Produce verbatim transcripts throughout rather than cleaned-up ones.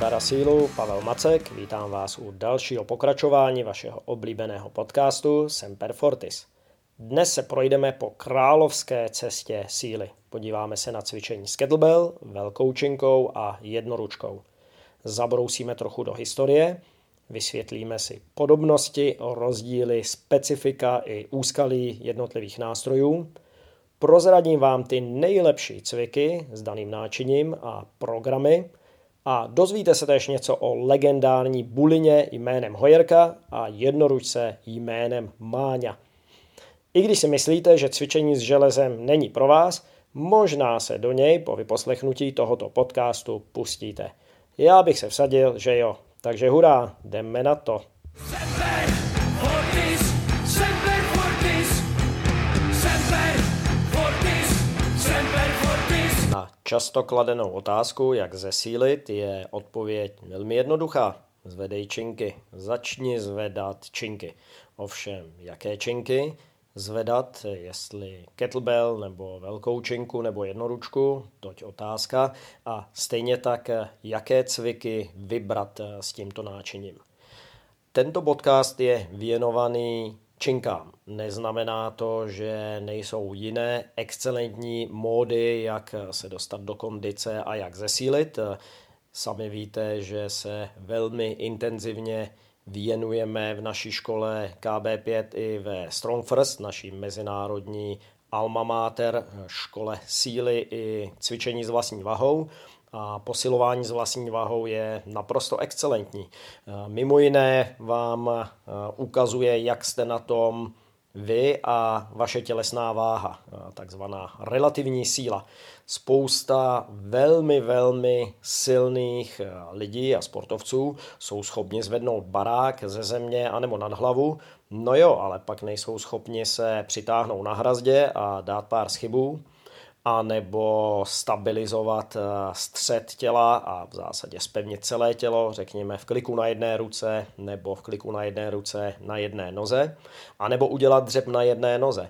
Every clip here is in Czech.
Parasílu, Pavel Macek, vítám vás u dalšího pokračování vašeho oblíbeného podcastu Semper Fortis. Dnes se projdeme po královské cestě síly. Podíváme se na cvičení s kettlebell, velkou činkou a jednoručkou. Zabrousíme trochu do historie, vysvětlíme si podobnosti, rozdíly, specifika i úskalí jednotlivých nástrojů. Prozradím vám ty nejlepší cviky s daným náčiním a programy a dozvíte se též něco o legendární bulině jménem Hojerka a jednoručce jménem Máňa. I když si myslíte, že cvičení s železem není pro vás, možná se do něj po vyposlechnutí tohoto podcastu pustíte. Já bych se vsadil, že jo. Takže hurá, jdeme na to. Semper Fortis, Semper Fortis, Semper Fortis, Semper Fortis. Na často kladenou otázku, jak zesílit, je odpověď velmi jednoduchá. Zvedej činky, začni zvedat činky. Ovšem, jaké činky? Zvedat, jestli kettlebell nebo velkou činku nebo jednoručku, toť otázka. A stejně tak, jaké cviky vybrat s tímto náčiním. Tento podcast je věnovaný činkám. Neznamená to, že nejsou jiné excelentní módy, jak se dostat do kondice a jak zesílit. Sami víte, že se velmi intenzivně věnujeme v naší škole K B pět i ve Strong First, naší mezinárodní alma mater, škole síly i cvičení s vlastní vahou. A posilování s vlastní vahou je naprosto excelentní. Mimo jiné vám ukazuje, jak jste na tom vy a vaše tělesná váha, takzvaná relativní síla. Spousta velmi, velmi silných lidí a sportovců jsou schopni zvednout barák ze země anebo nad hlavu, no jo, ale pak nejsou schopni se přitáhnout na hrazdě a dát pár schybů, a nebo stabilizovat střed těla a v zásadě zpevnit celé tělo, řekněme v kliku na jedné ruce nebo v kliku na jedné ruce na jedné noze, a nebo udělat dřep na jedné noze,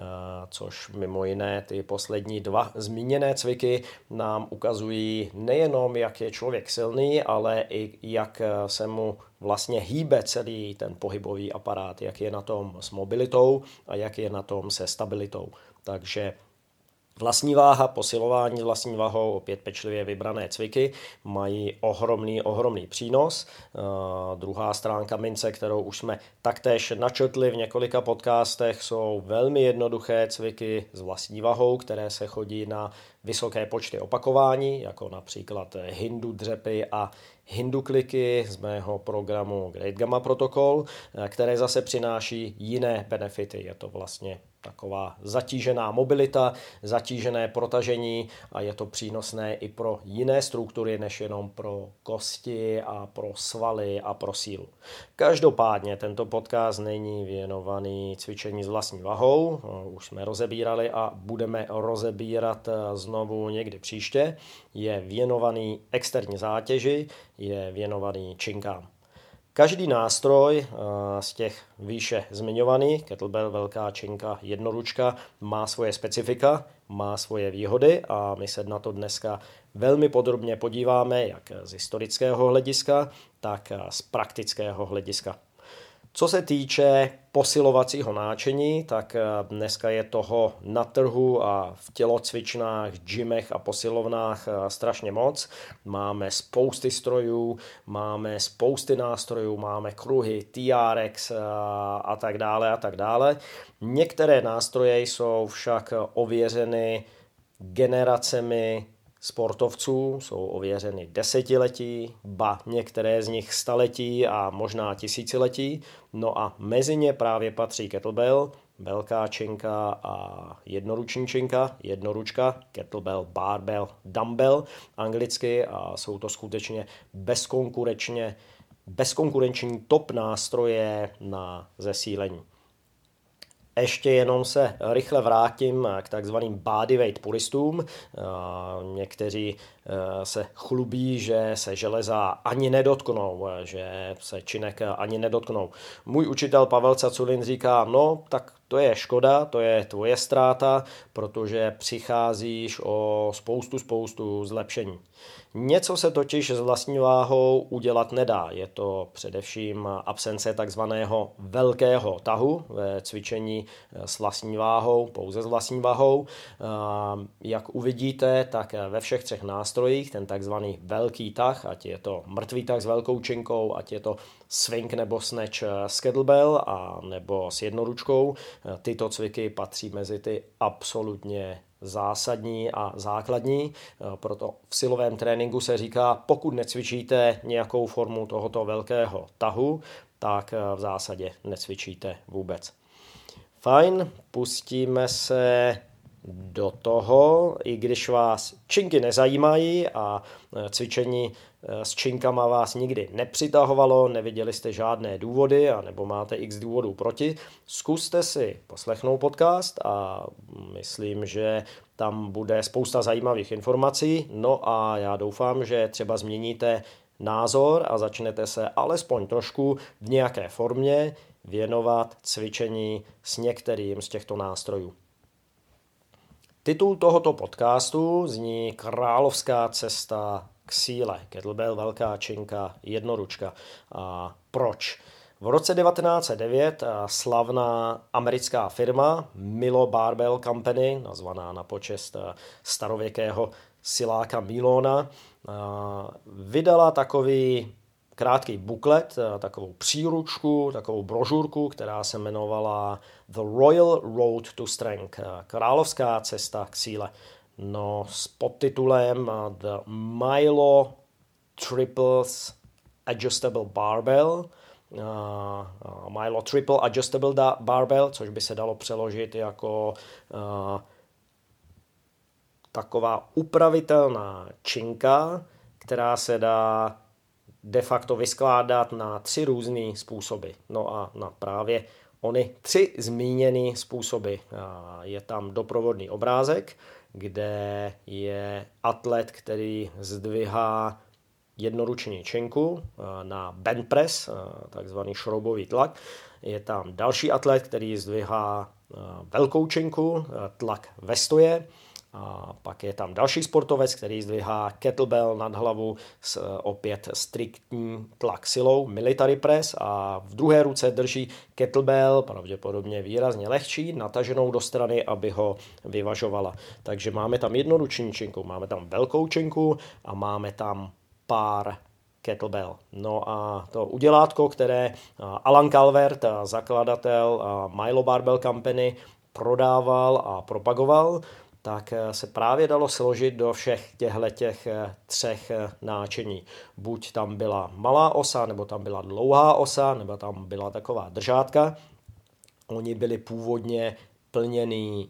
což mimo jiné ty poslední dva zmíněné cviky nám ukazují nejenom, jak je člověk silný, ale i jak se mu vlastně hýbe celý ten pohybový aparát, jak je na tom s mobilitou a jak je na tom se stabilitou. Takže vlastní váha, posilování s vlastní váhou, opět pečlivě vybrané cviky, mají ohromný, ohromný přínos. Uh, druhá stránka mince, kterou už jsme taktéž načetli v několika podcastech, jsou velmi jednoduché cviky s vlastní váhou, které se chodí na vysoké počty opakování, jako například hindu dřepy a hindu kliky z mého programu Great Gamma Protocol, které zase přináší jiné benefity. Je to vlastně taková zatížená mobilita, zatížené protažení a je to přínosné i pro jiné struktury, než jenom pro kosti a pro svaly a pro sílu. Každopádně tento podcast není věnovaný cvičení s vlastní vahou, už jsme rozebírali a budeme rozebírat znovu někdy příště. Je věnovaný externí zátěži, je věnovaný činkám. Každý nástroj z těch výše zmiňovaných, kettlebell, velká činka, jednoručka, má svoje specifika, má svoje výhody a my se na to dneska velmi podrobně podíváme, jak z historického hlediska, tak z praktického hlediska. Co se týče posilovacího náčiní, tak dneska je toho na trhu a v tělocvičnách, gymech a posilovnách strašně moc. Máme spousty strojů, máme spousty nástrojů, máme kruhy, T R X a tak dále a tak dále. Některé nástroje jsou však ověřeny generacemi sportovců, jsou ověřeny desetiletí, ba některé z nich staletí a možná tisíciletí. No a mezi ně právě patří kettlebell, velká činka a jednoruční činka, jednoručka, kettlebell, barbell, dumbbell anglicky, a jsou to skutečně bezkonkurenčně, bezkonkurenční top nástroje na zesílení. Ještě jenom se rychle vrátím k takzvaným bodyweight puristům. Někteří se chlubí, že se železa ani nedotknou, že se činek ani nedotknou. Můj učitel Pavel Caculin říká, no tak to je škoda, to je tvoje ztráta, protože přicházíš o spoustu, spoustu zlepšení. Něco se totiž s vlastní váhou udělat nedá. Je to především absence takzvaného velkého tahu ve cvičení s vlastní váhou, pouze s vlastní váhou. Jak uvidíte, tak ve všech třech nástrojích ten takzvaný velký tah, ať je to mrtvý tah s velkou činkou, ať je to swing nebo snatch s kettlebell a nebo s jednoručkou, tyto cviky patří mezi ty absolutně zásadní a základní, proto v silovém tréninku se říká, pokud necvičíte nějakou formu tohoto velkého tahu, tak v zásadě necvičíte vůbec. Fajn, pustíme se do toho, i když vás činky nezajímají a cvičení s činkama vás nikdy nepřitahovalo, neviděli jste žádné důvody a nebo máte x důvodů proti, zkuste si poslechnout podcast a myslím, že tam bude spousta zajímavých informací. No a já doufám, že třeba změníte názor a začnete se alespoň trošku v nějaké formě věnovat cvičení s některým z těchto nástrojů. Titul tohoto podcastu zní Královská cesta k síle. Kettlebell, velká činka, jednoručka. A proč? V roce devatenáct set devět slavná americká firma Milo Barbell Company, nazvaná na počest starověkého siláka Milona, vydala takový krátký buklet, takovou příručku, takovou brožurku, která se jmenovala The Royal Road to Strength, Královská cesta k síle. No s podtitulem The Milo Triples Adjustable Barbell, uh, Milo Triple Adjustable Barbell, což by se dalo přeložit jako uh, taková upravitelná činka, která se dá de facto vyskládat na tři různé způsoby. No a na právě ony tři zmíněné způsoby. Je tam doprovodný obrázek, kde je atlet, který zdvihá jednoruční činku na band press, takzvaný šroubový tlak. Je tam další atlet, který zdvihá velkou činku, tlak ve stoje. A pak je tam další sportovec, který zdvihá kettlebell nad hlavu s opět striktní tlak silou, military press, a v druhé ruce drží kettlebell, pravděpodobně výrazně lehčí, nataženou do strany, aby ho vyvažovala. Takže máme tam jednoruční činku, máme tam velkou činku a máme tam pár kettlebell. No a to udělátko, které Alan Calvert, zakladatel Milo Barbell Company, prodával a propagoval, tak se právě dalo složit do všech těchto třech náčení. Buď tam byla malá osa, nebo tam byla dlouhá osa, nebo tam byla taková držátka. Oni byli původně plněný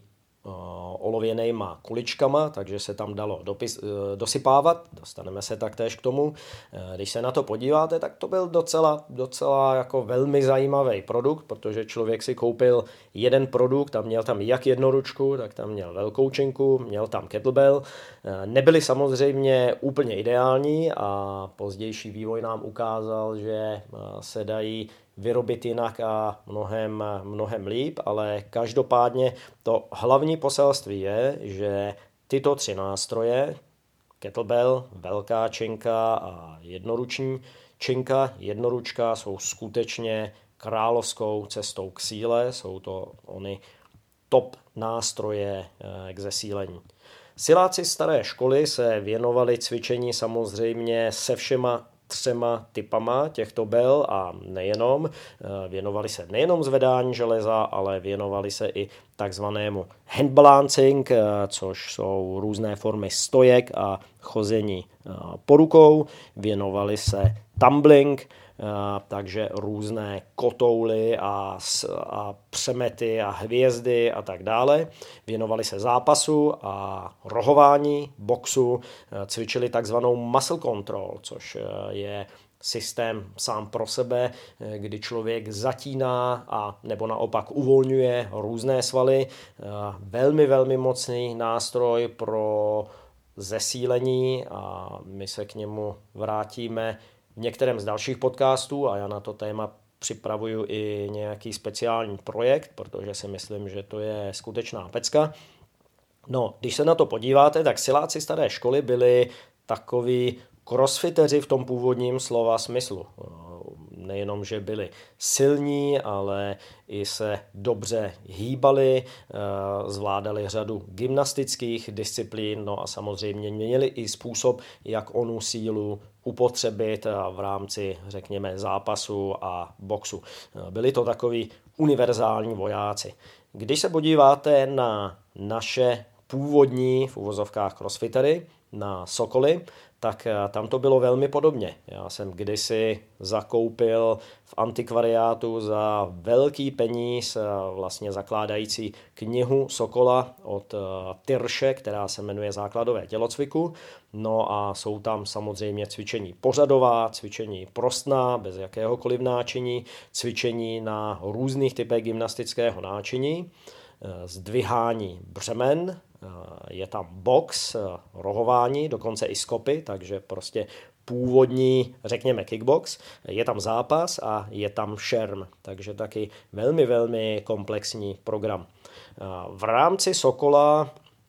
olověnejma kuličkama, takže se tam dalo dopis, dosypávat, dostaneme se taktéž k tomu. Když se na to podíváte, tak to byl docela, docela jako velmi zajímavý produkt, protože člověk si koupil jeden produkt a měl tam jak jednoručku, tak tam měl velkou činku, měl tam kettlebell. Nebyly samozřejmě úplně ideální a pozdější vývoj nám ukázal, že se dají vyrobit jinak a mnohem, mnohem líp, ale každopádně to hlavní poselství je, že tyto tři nástroje, kettlebell, velká činka a jednoruční činka, jednoručka, jsou skutečně královskou cestou k síle, jsou to ony top nástroje k zesílení. Siláci staré školy se věnovali cvičení samozřejmě se všema třema typama těchto bel a nejenom. Věnovali se nejenom zvedání železa, ale věnovali se i takzvanému handbalancing, což jsou různé formy stojek a chození po rukou. Věnovali se tumbling, takže různé kotouly a, a přemety a hvězdy a tak dále. Věnovali se zápasu a rohování, boxu, cvičili takzvanou muscle control, což je systém sám pro sebe, kdy člověk zatíná a nebo naopak uvolňuje různé svaly. Velmi, velmi mocný nástroj pro zesílení a my se k němu vrátíme v některém z dalších podcastů a já na to téma připravuju i nějaký speciální projekt, protože si myslím, že to je skutečná pecka. No, když se na to podíváte, tak siláci staré školy byli takoví crossfiteři v tom původním slova smyslu. Nejenom, že byli silní, ale i se dobře hýbali, zvládali řadu gymnastických disciplín, no a samozřejmě měli i způsob, jak onu sílu upotřebit v rámci, řekněme, zápasu a boxu. Byli to takoví univerzální vojáci. Když se podíváte na naše původní, v uvozovkách crossfitery, na Sokoly, tak tam to bylo velmi podobně. Já jsem kdysi zakoupil v antikvariátu za velký peníz vlastně zakládající knihu Sokola od Tyrše, která se jmenuje Základové tělocviku. No a jsou tam samozřejmě cvičení pořadová, cvičení prostná, bez jakéhokoliv náčiní, cvičení na různých typech gymnastického náčiní, zdvihání břemen, je tam box, rohování, dokonce i skopy, takže prostě původní, řekněme, kickbox, je tam zápas a je tam šerm, takže taky velmi, velmi komplexní program. V rámci Sokola,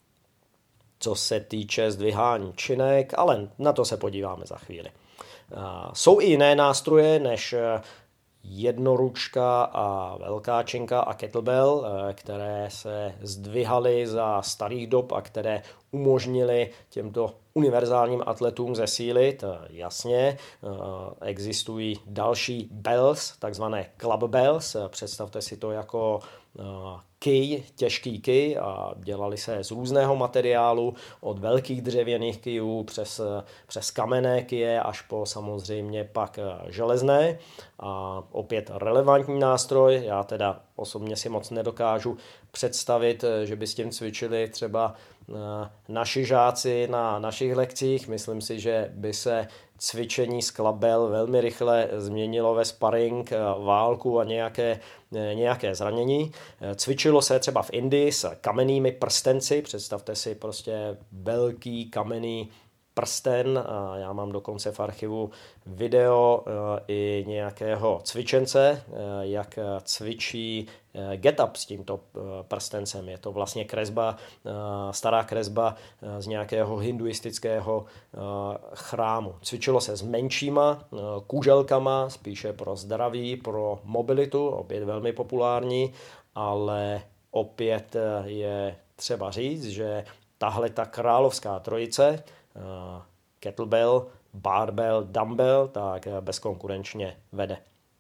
co se týče zdvihání činek, ale na to se podíváme za chvíli. Jsou i jiné nástroje než jednoručka a velká činka a kettlebell, které se zdvihaly za starých dob a které umožnily těmto univerzálním atletům zesílit. Jasně, existují další bells, takzvané club bells. Představte si to jako kij, těžký kij a dělali se z různého materiálu, od velkých dřevěných kijů přes, přes kamenné kije až po samozřejmě pak železné. A opět relevantní nástroj, já teda osobně si moc nedokážu představit, že by s tím cvičili třeba naši žáci na našich lekcích. Myslím si, že by se cvičení z klabel velmi rychle změnilo ve sparring, válku a nějaké, nějaké zranění. Cvičilo se třeba v Indii s kamennými prstenci. Představte si prostě velký kamenný prsten. A já mám dokonce v archivu video i nějakého cvičence, jak cvičí get up s tímto prstencem. Je to vlastně kresba, stará kresba z nějakého hinduistického chrámu. Cvičilo se s menšíma kuželkama, spíše pro zdraví, pro mobilitu, opět velmi populární, ale opět je třeba říct, že tahle ta královská trojice, kettlebell, barbell, dumbbell, tak bezkonkurenčně vede.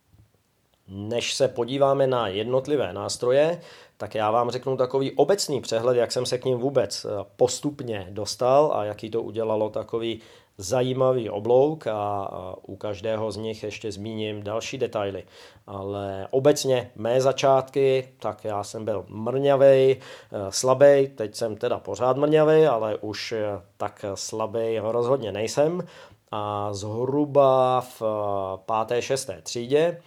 Než se podíváme na jednotlivé nástroje, tak já vám řeknu takový obecný přehled, jak jsem se k ním vůbec postupně dostal a jaký to udělalo takový zajímavý oblouk a u každého z nich ještě zmíním další detaily. Ale obecně mé začátky, tak já jsem byl mrňavej, slabej, teď jsem teda pořád mrňavej, ale už tak slabej rozhodně nejsem. A zhruba v páté, šesté třídě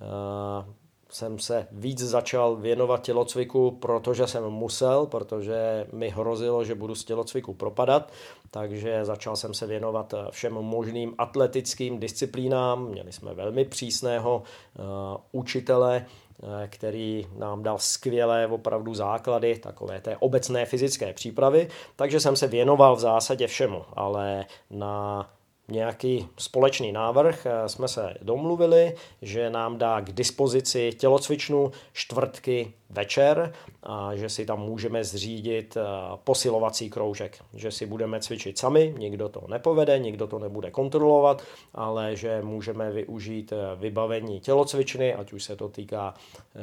jsem se víc začal věnovat tělocviku, protože jsem musel, protože mi hrozilo, že budu z tělocviku propadat, takže začal jsem se věnovat všem možným atletickým disciplínám. Měli jsme velmi přísného uh, učitele, který nám dal skvělé opravdu základy takové té obecné fyzické přípravy, takže jsem se věnoval v zásadě všemu, ale na nějaký společný návrh jsme se domluvili, že nám dá k dispozici tělocvičnu čtvrtky večer a že si tam můžeme zřídit posilovací kroužek, že si budeme cvičit sami, nikdo to nepovede, nikdo to nebude kontrolovat, ale že můžeme využít vybavení tělocvičny, ať už se to týká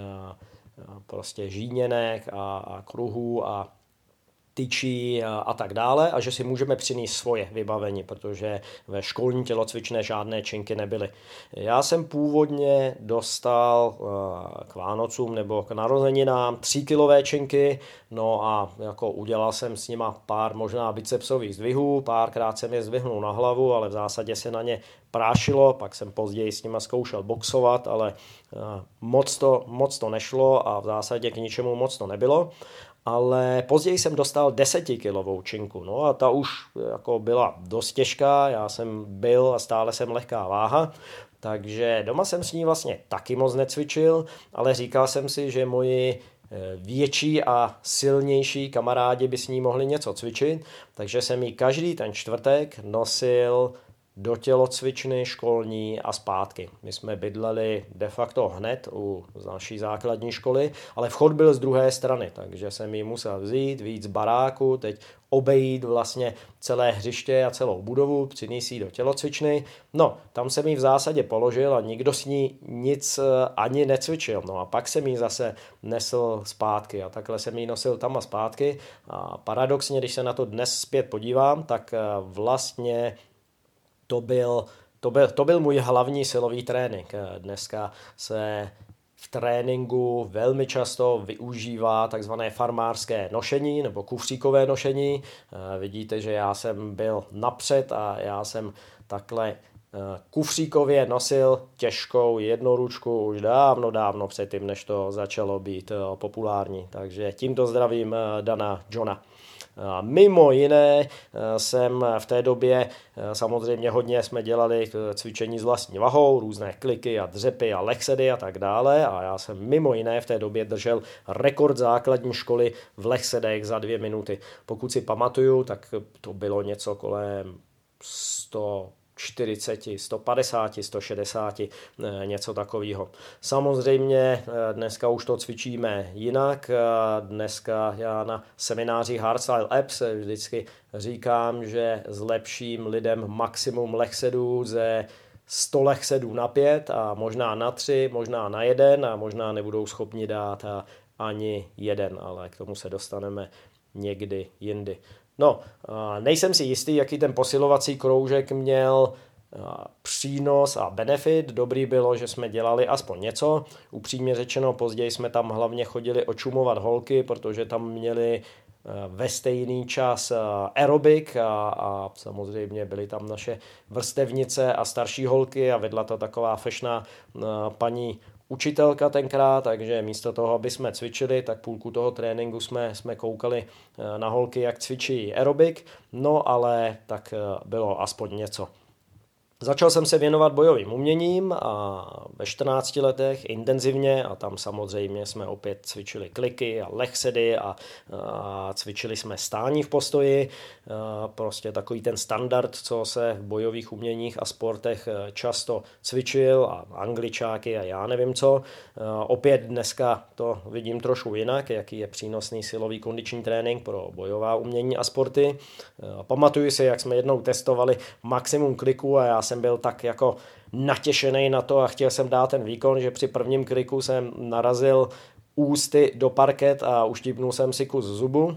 prostě žíněnek a, a kruhů a tyčí a, a tak dále a že si můžeme přinést svoje vybavení, protože ve školní tělocvičné žádné činky nebyly. Já jsem původně dostal uh, k Vánocům nebo k narozeninám tři kilové činky, no a jako udělal jsem s nima pár možná bicepsových zdvihů, párkrát jsem je zdvihnul na hlavu, ale v zásadě se na ně prášilo, pak jsem později s nima zkoušel boxovat, ale uh, moc to, moc to nešlo a v zásadě k ničemu moc to nebylo. ale později jsem dostal desetikilovou činku, no a ta už jako byla dost těžká, já jsem byl a stále jsem lehká váha, takže doma jsem s ní vlastně taky moc necvičil, ale říkal jsem si, že moji větší a silnější kamarádi by s ní mohli něco cvičit, takže jsem ji každý ten čtvrtek nosil do tělocvičny školní a zpátky. My jsme bydleli de facto hned u naší základní školy, ale vchod byl z druhé strany, takže jsem ji musel vzít, víc baráku, teď obejít vlastně celé hřiště a celou budovu, přinést ji do tělocvičny. No, tam jsem ji v zásadě položil a nikdo s ní nic ani necvičil. No a pak jsem ji zase nesl zpátky a takhle jsem ji nosil tam a zpátky. A paradoxně, když se na to dnes zpět podívám, tak vlastně To byl, to, byl, to byl můj hlavní silový trénink. Dneska se v tréninku velmi často využívá takzvané farmářské nošení nebo kufříkové nošení. Vidíte, že já jsem byl napřed a já jsem takhle kufříkově nosil těžkou jednoručku už dávno, dávno předtím, než to začalo být populární. Takže tímto zdravím Dana Johna. Mimo jiné jsem v té době samozřejmě hodně jsme dělali cvičení s vlastní vahou, různé kliky a dřepy a lechsedy a tak dále a já jsem mimo jiné v té době držel rekord základní školy v lechsedech za dvě minuty. Pokud si pamatuju, tak to bylo něco kolem sto čtyřicet, sto padesát, sto šedesát, něco takového. Samozřejmě dneska už to cvičíme jinak. Dneska já na semináři Hardstyle Apps vždycky říkám, že zlepším lidem maximum lechsedů ze sto lechsedů na pět a možná na tři, možná na jeden a možná nebudou schopni dát ani jeden, ale k tomu se dostaneme někdy jindy. No, nejsem si jistý, jaký ten posilovací kroužek měl přínos a benefit. Dobrý bylo, že jsme dělali aspoň něco. Upřímně řečeno, později jsme tam hlavně chodili očumovat holky, protože tam měli ve stejný čas aerobik a, a samozřejmě byly tam naše vrstevnice a starší holky a vedla to taková fešná paní učitelka tenkrát, takže místo toho, aby jsme cvičili, tak půlku toho tréninku jsme, jsme koukali na holky, jak cvičí aerobik, no ale tak bylo aspoň něco. Začal jsem se věnovat bojovým uměním a ve čtrnácti letech intenzivně a tam samozřejmě jsme opět cvičili kliky a lechsedy a, a cvičili jsme stání v postoji, a prostě takový ten standard, co se v bojových uměních a sportech často cvičil a angličáky a já nevím co. A opět dneska to vidím trošku jinak, jaký je přínosný silový kondiční trénink pro bojová umění a sporty. A pamatuju si, jak jsme jednou testovali maximum kliků a já jsem byl tak jako natěšený na to a chtěl jsem dát ten výkon, že při prvním kliku jsem narazil ústy do parket a uštípnul jsem si kus zubu.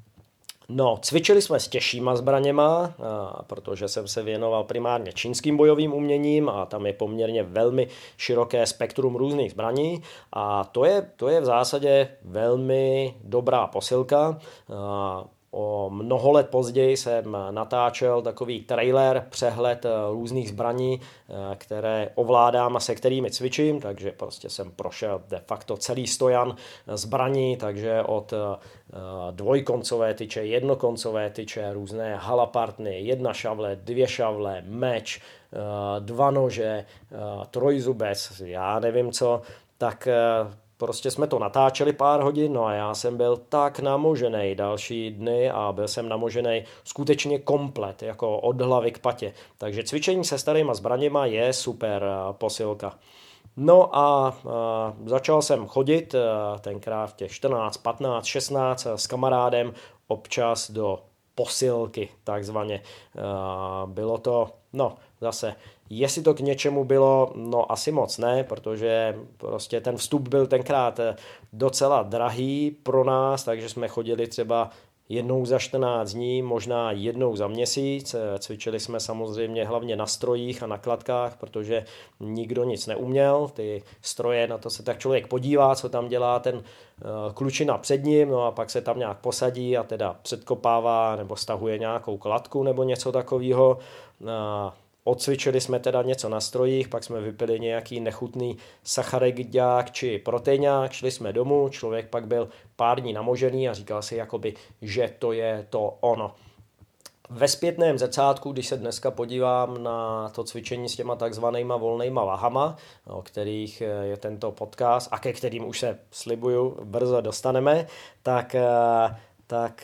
No, cvičili jsme s těžšíma zbraněma, a protože jsem se věnoval primárně čínským bojovým uměním a tam je poměrně velmi široké spektrum různých zbraní a to je, to je v zásadě velmi dobrá posilka. A o mnoho let později jsem natáčel takový trailer, přehled různých zbraní, které ovládám a se kterými cvičím, takže prostě jsem prošel de facto celý stojan zbraní, takže od dvojkoncové tyče, jednokoncové tyče, různé halapartny, jedna šavle, dvě šavle, meč, dva nože, trojzubec, já nevím co, tak prostě jsme to natáčeli pár hodin, no a já jsem byl tak namožený další dny a byl jsem namožený skutečně komplet, jako od hlavy k patě. Takže cvičení se starýma zbraněma je super posilka. No a, a začal jsem chodit tenkrát v těch čtrnáct, patnáct, šestnáct s kamarádem občas do posilky, takzvaně. Bylo to, no zase, jestli to k něčemu bylo, no asi moc ne, protože prostě ten vstup byl tenkrát docela drahý pro nás, takže jsme chodili třeba jednou za čtrnáct dní, možná jednou za měsíc. Cvičili jsme samozřejmě hlavně na strojích a na kladkách, protože nikdo nic neuměl. Ty stroje, na to se tak člověk podívá, co tam dělá ten klučina před ním, no a pak se tam nějak posadí a teda předkopává nebo stahuje nějakou kladku nebo něco takového. Odcvičili jsme teda něco na strojích, pak jsme vypili nějaký nechutný sacharidák či proteinák, šli jsme domů, člověk pak byl pár dní namožený a říkal si jakoby, že to je to ono. Ve zpětném zrcátku, když se dneska podívám na to cvičení s těma takzvanýma volnejma vahama, o kterých je tento podcast a ke kterým už se slibuju brzo dostaneme, tak, tak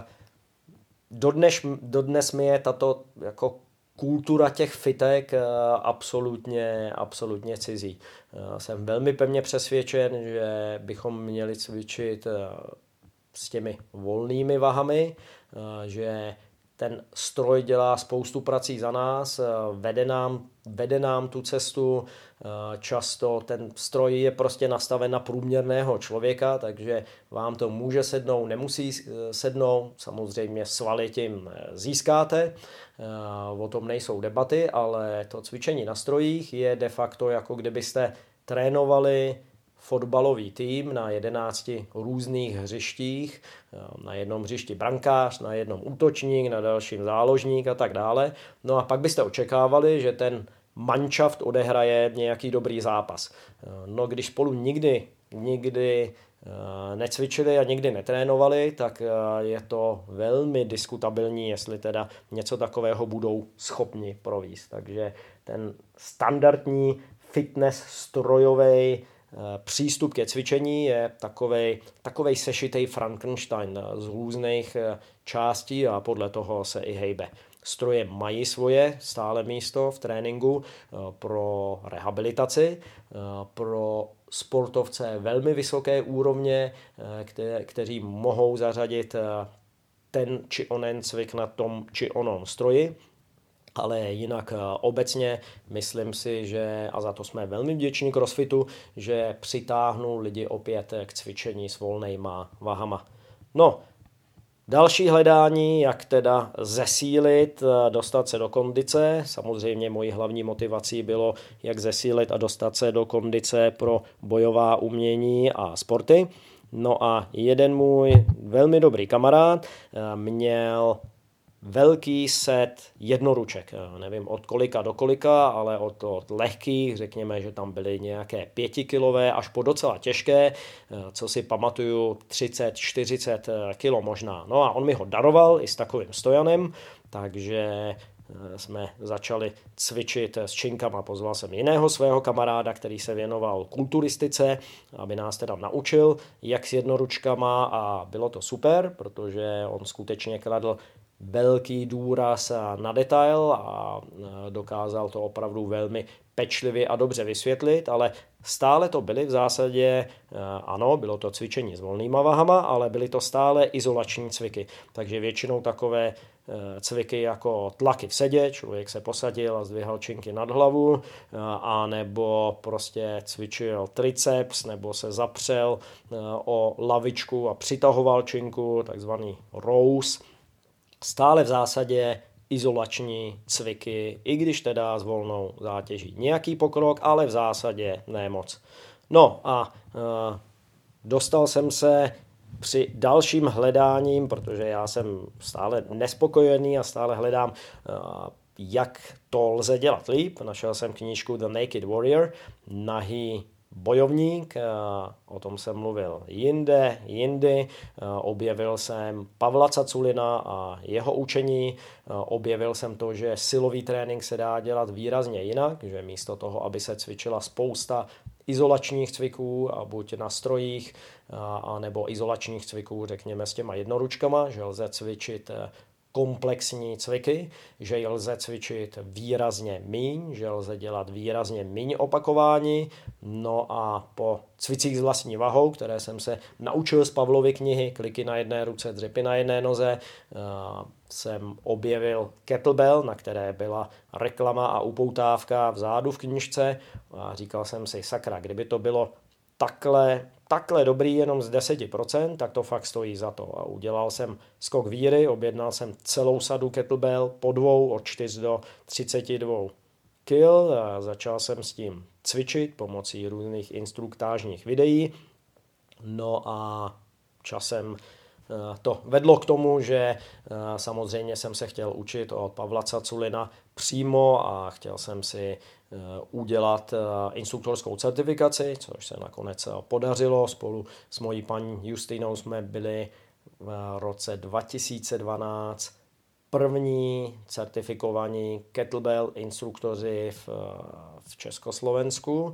dodnes, dodnes mi je tato jako kultura těch fitek absolutně, absolutně cizí. Jsem velmi pevně přesvědčen, že bychom měli cvičit s těmi volnými vahami, že ten stroj dělá spoustu prací za nás, vede nám, vede nám tu cestu, často ten stroj je prostě nastaven na průměrného člověka, takže vám to může sednout, nemusí sednout, samozřejmě svaly tím získáte, o tom nejsou debaty, ale to cvičení na strojích je de facto jako kdybyste trénovali fotbalový tým na jedenácti různých hřištích, na jednom hřišti brankář, na jednom útočník, na dalším záložník a tak dále. No a pak byste očekávali, že ten manšaft odehraje nějaký dobrý zápas. No když spolu nikdy, nikdy necvičili a nikdy netrénovali, tak je to velmi diskutabilní, jestli teda něco takového budou schopni provést. Takže ten standardní fitness strojový přístup ke cvičení je takovej, takovej sešitej Frankenstein z různých částí a podle toho se i hejbe. Stroje mají svoje stále místo v tréninku pro rehabilitaci, pro sportovce velmi vysoké úrovně, kte- kteří mohou zařadit ten či onen cvik na tom či onom stroji. Ale jinak obecně myslím si, že, a za to jsme velmi vděční CrossFitu, že přitáhnu lidi opět k cvičení s volnejma vahama. No, další hledání, jak teda zesílit, dostat se do kondice. Samozřejmě mojí hlavní motivací bylo, jak zesílit a dostat se do kondice pro bojová umění a sporty. No a jeden můj velmi dobrý kamarád měl velký set jednoruček, nevím od kolika do kolika, ale od, od lehkých, řekněme, že tam byly nějaké pětikilové až po docela těžké, co si pamatuju třicet čtyřicet kilo možná. No a on mi ho daroval i s takovým stojanem, takže jsme začali cvičit s činkama. Pozval jsem jiného svého kamaráda, který se věnoval kulturistice, aby nás teda naučil, jak s jednoručkama a bylo to super, protože on skutečně kladl velký důraz na detail a dokázal to opravdu velmi pečlivě a dobře vysvětlit, ale stále to byly v zásadě, ano, bylo to cvičení s volnýma vahama, ale byly to stále izolační cviky. Takže většinou takové cviky jako tlaky v sedě, člověk se posadil a zdvihal činky nad hlavu, a nebo prostě cvičil triceps, nebo se zapřel o lavičku a přitahoval činku, takzvaný rows. Stále v zásadě izolační cviky, i když teda s volnou zátěží. Nějaký pokrok, ale v zásadě ne moc. No a e, dostal jsem se při dalším hledáním, protože já jsem stále nespokojený a stále hledám, e, jak to lze dělat líp. Našel jsem knížku The Naked Warrior, nahý bojovník, o tom jsem mluvil jinde, jindy, objevil jsem Pavla Caculina a jeho učení, objevil jsem to, že silový trénink se dá dělat výrazně jinak, že místo toho, aby se cvičila spousta izolačních cviků, a buď na strojích, a nebo izolačních cviků, řekněme s těma jednoručkama, že lze cvičit komplexní cviky, že je lze cvičit výrazně míň, že lze dělat výrazně míň opakování. No a po cvicích s vlastní vahou, které jsem se naučil z Pavlovy knihy Kliky na jedné ruce, dřepy na jedné noze, jsem objevil kettlebell, na které byla reklama a upoutávka vzadu v knížce, a říkal jsem si, sakra, kdyby to bylo takhle, takhle dobrý jenom z deset procent, tak to fakt stojí za to. A udělal jsem skok víry, objednal jsem celou sadu kettlebell po dvou, od čtyř do třiceti dvou kil a začal jsem s tím cvičit pomocí různých instruktážních videí. No a časem to vedlo k tomu, že samozřejmě jsem se chtěl učit od Pavla Caculina přímo a chtěl jsem si udělat instruktorskou certifikaci, což se nakonec podařilo. Spolu s mojí paní Justinou jsme byli v roce dva tisíce dvanáct první certifikovaní kettlebell instruktoři v, v Československu.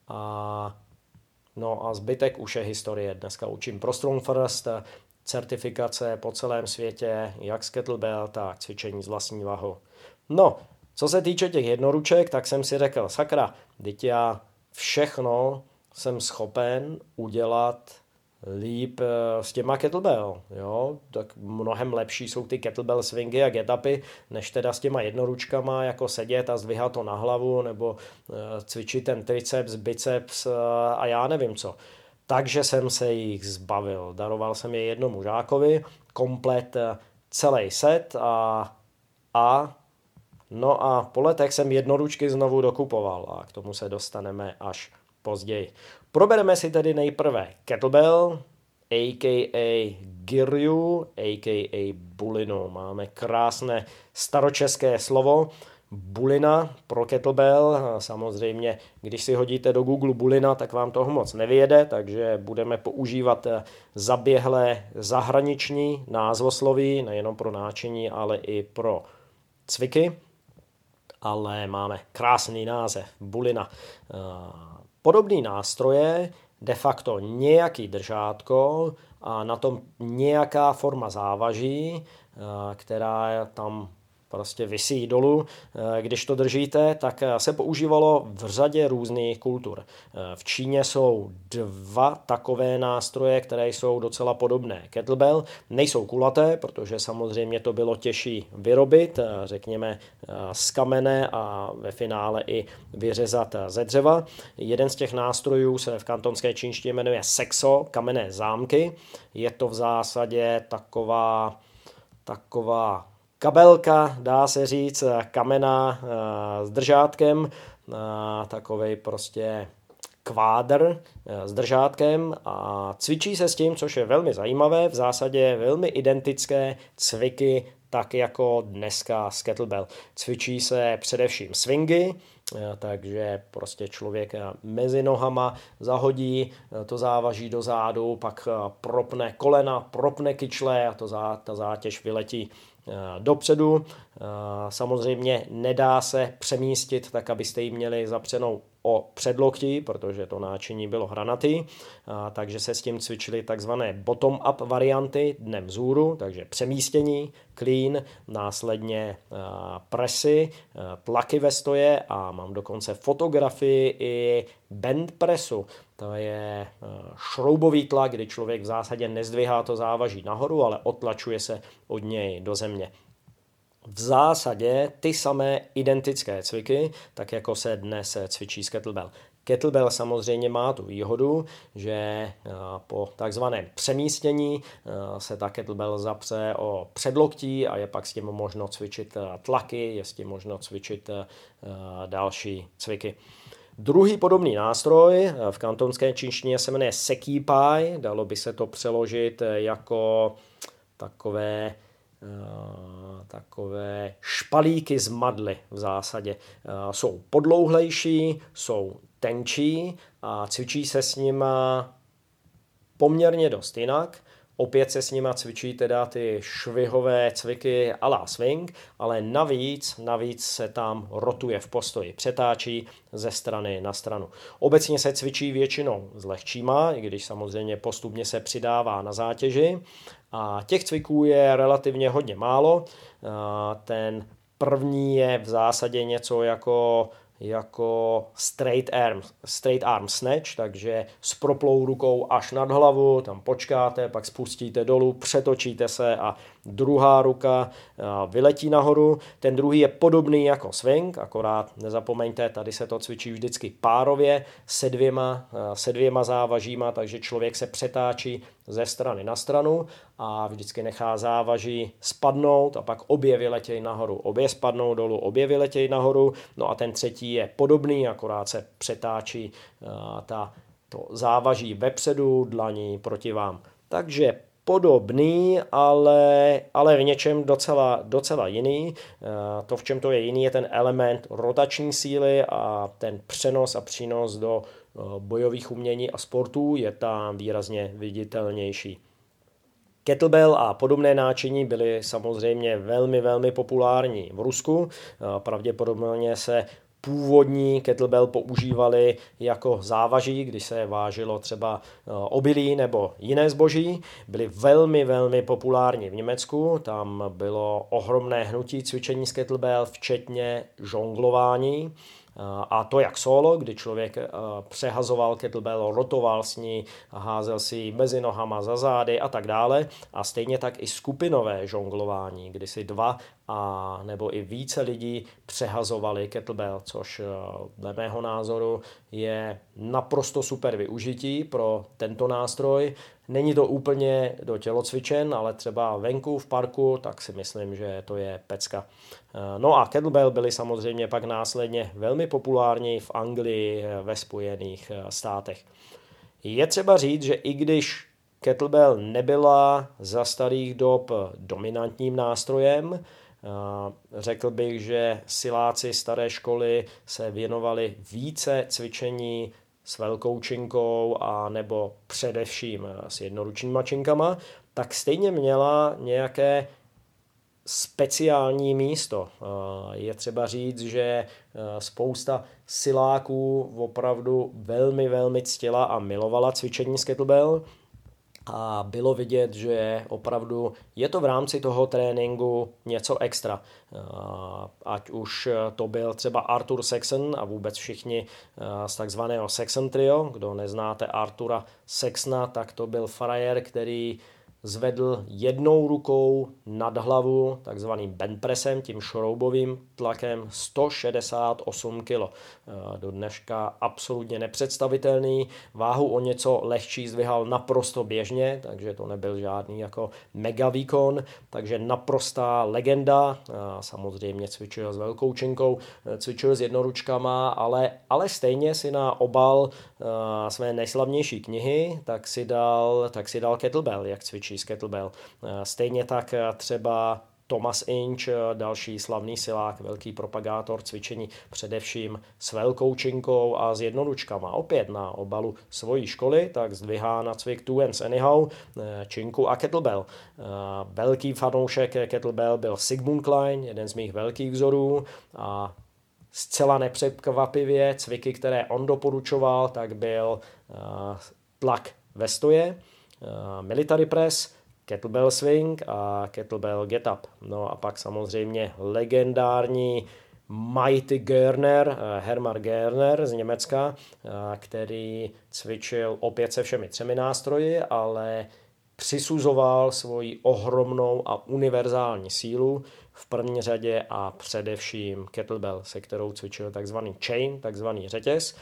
A, no a zbytek už je historie. Dneska učím pro Strong First, certifikace po celém světě, jak z kettlebell, tak cvičení s vlastní váhou. No, co se týče těch jednoruček, tak jsem si řekl, sakra, teď já všechno jsem schopen udělat líp s těma kettlebell, jo, tak mnohem lepší jsou ty kettlebell swingy a get-upy, než teda s těma jednoručkama, jako sedět a zdvihat to na hlavu, nebo cvičit ten triceps, biceps a já nevím co. Takže jsem se jich zbavil. Daroval jsem je jednomu žákovi, komplet celý set a, a no a po letech jsem jednoručky znovu dokupoval a k tomu se dostaneme až později. Probereme si tedy nejprve kettlebell, a k a. Giryu, a k a bulinu. Máme krásné staročeské slovo. Bulina pro kettlebell, samozřejmě, když si hodíte do Google bulina, tak vám toho moc nevyjede, takže budeme používat zaběhlé zahraniční názvosloví, nejenom pro náčiní, ale i pro cviky. Ale máme krásný název, bulina. Podobný nástroje, de facto nějaký držátko a na tom nějaká forma závaží, která tam prostě visí dolů. Když to držíte, tak se používalo v řadě různých kultur. V Číně jsou dva takové nástroje, které jsou docela podobné. Kettlebell nejsou kulaté, protože samozřejmě to bylo těžší vyrobit, řekněme z kamene a ve finále i vyřezat ze dřeva. Jeden z těch nástrojů se v kantonské čínštině jmenuje sexo, kamenné zámky. Je to v zásadě taková, taková kabelka, dá se říct, kamenná s držátkem, takovej prostě kvádr s držátkem a cvičí se s tím, což je velmi zajímavé, v zásadě velmi identické cviky, tak jako dneska s kettlebell. Cvičí se především swingy, takže prostě člověk mezi nohama zahodí to závaží do zádu, pak propne kolena, propne kyčle a to zá, ta zátěž vyletí dopředu. Samozřejmě nedá se přemístit tak, abyste ji měli zapřenou o předloktí, protože to náčiní bylo hranatý, takže se s tím cvičily takzvané bottom-up varianty dnem vzhůru, takže přemístění, clean, následně presy, tlaky ve stoje a mám dokonce fotografii i band pressu. To je šroubový tlak, kdy člověk v zásadě nezdvihá to závaží nahoru, ale otlačuje se od něj do země. V zásadě ty samé identické cviky, tak jako se dnes cvičí s kettlebell. Kettlebell samozřejmě má tu výhodu, že po takzvaném přemístění se ta kettlebell zapře o předloktí a je pak s tím možno cvičit tlaky, je s tím možno cvičit další cviky. Druhý podobný nástroj v kantonské čínštině se jmenuje sekipai, dalo by se to přeložit jako takové takové špalíky z madly v zásadě. Jsou podlouhlejší, jsou tenčí a cvičí se s nima poměrně dost jinak. Opět se s nima cvičí teda ty švihové cviky a la swing, ale navíc, navíc se tam rotuje v postoji, přetáčí ze strany na stranu. Obecně se cvičí většinou s lehčíma, i když samozřejmě postupně se přidává na zátěži. A těch cviků je relativně hodně málo. Ten první je v zásadě něco jako jako straight arm, straight arm snatch, takže s proplou rukou až nad hlavu, tam počkáte, pak spustíte dolů, přetočíte se a druhá ruka vyletí nahoru. Ten druhý je podobný jako swing, akorát nezapomeňte, tady se to cvičí vždycky párově se dvěma, se dvěma závažíma, takže člověk se přetáčí ze strany na stranu a vždycky nechá závaží spadnout a pak obě vyletějí nahoru. Obě spadnou dolů, obě vyletějí nahoru, no a ten třetí je podobný, akorát se přetáčí ta, to závaží vepředu, dlaní proti vám. Takže podobný, ale, ale v něčem docela, docela jiný. To, v čem to je jiný, je ten element rotační síly a ten přenos a přínos do bojových umění a sportů je tam výrazně viditelnější. Kettlebell a podobné náčiní byly samozřejmě velmi, velmi populární v Rusku. Pravděpodobně se původní kettlebell používali jako závaží, když se vážilo třeba obilí nebo jiné zboží. Byly velmi, velmi populární v Německu. Tam bylo ohromné hnutí cvičení s kettlebell, včetně žonglování. A to jak solo, kdy člověk přehazoval kettlebell, rotoval s ní, házel si ji mezi nohama, za zády a tak dále. A stejně tak i skupinové žonglování, kdy si dva a nebo i více lidí přehazovali kettlebell, což dle mého názoru je naprosto super využití pro tento nástroj. Není to úplně do tělocvičen, ale třeba venku v parku, tak si myslím, že to je pecka. No a kettlebell byly samozřejmě pak následně velmi populární v Anglii, ve Spojených státech. Je třeba říct, že i když kettlebell nebyla za starých dob dominantním nástrojem, řekl bych, že siláci staré školy se věnovali více cvičení s velkou činkou a nebo především s jednoručníma činkama, tak stejně měla nějaké speciální místo. Je třeba říct, že spousta siláků opravdu velmi, velmi ctila a milovala cvičení s kettlebell. A bylo vidět, že opravdu je to v rámci toho tréninku něco extra. Ať už to byl třeba Arthur Saxon a vůbec všichni z takzvaného Saxon trio. Kdo neznáte Artura Saxona, tak to byl frajer, který zvedl jednou rukou nad hlavu takzvaným benpressem, tím šroubovým tlakem sto šedesát osm kilo. Do dneška absolutně nepředstavitelný. Váhu o něco lehčí zdvihal naprosto běžně, takže to nebyl žádný jako mega výkon, takže naprostá legenda. Samozřejmě cvičil s velkou činkou, cvičil s jednoručkama, ale, ale stejně si na obal své nejslavnější knihy tak si dal, tak si dal kettlebell, jak cvičí s kettlebell. Stejně tak třeba Thomas Inch, další slavný silák, velký propagátor cvičení především s velkou činkou a s jednoručkama. Opět na obalu svojí školy, tak zdvihá na cvik Two Hands Anyhow, činku a kettlebell. Velký fanoušek kettlebell byl Sigmund Klein, jeden z mých velkých vzorů, a zcela nepřekvapivě cviky, které on doporučoval, tak byl tlak ve stoje, military press, kettlebell swing a kettlebell get up. No a pak samozřejmě legendární Mighty Gerner, Hermar Gerner z Německa, který cvičil opět se všemi třemi nástroji, ale přisuzoval svoji ohromnou a univerzální sílu v první řadě a především kettlebell, se kterou cvičil takzvaný chain, takzvaný řetěz.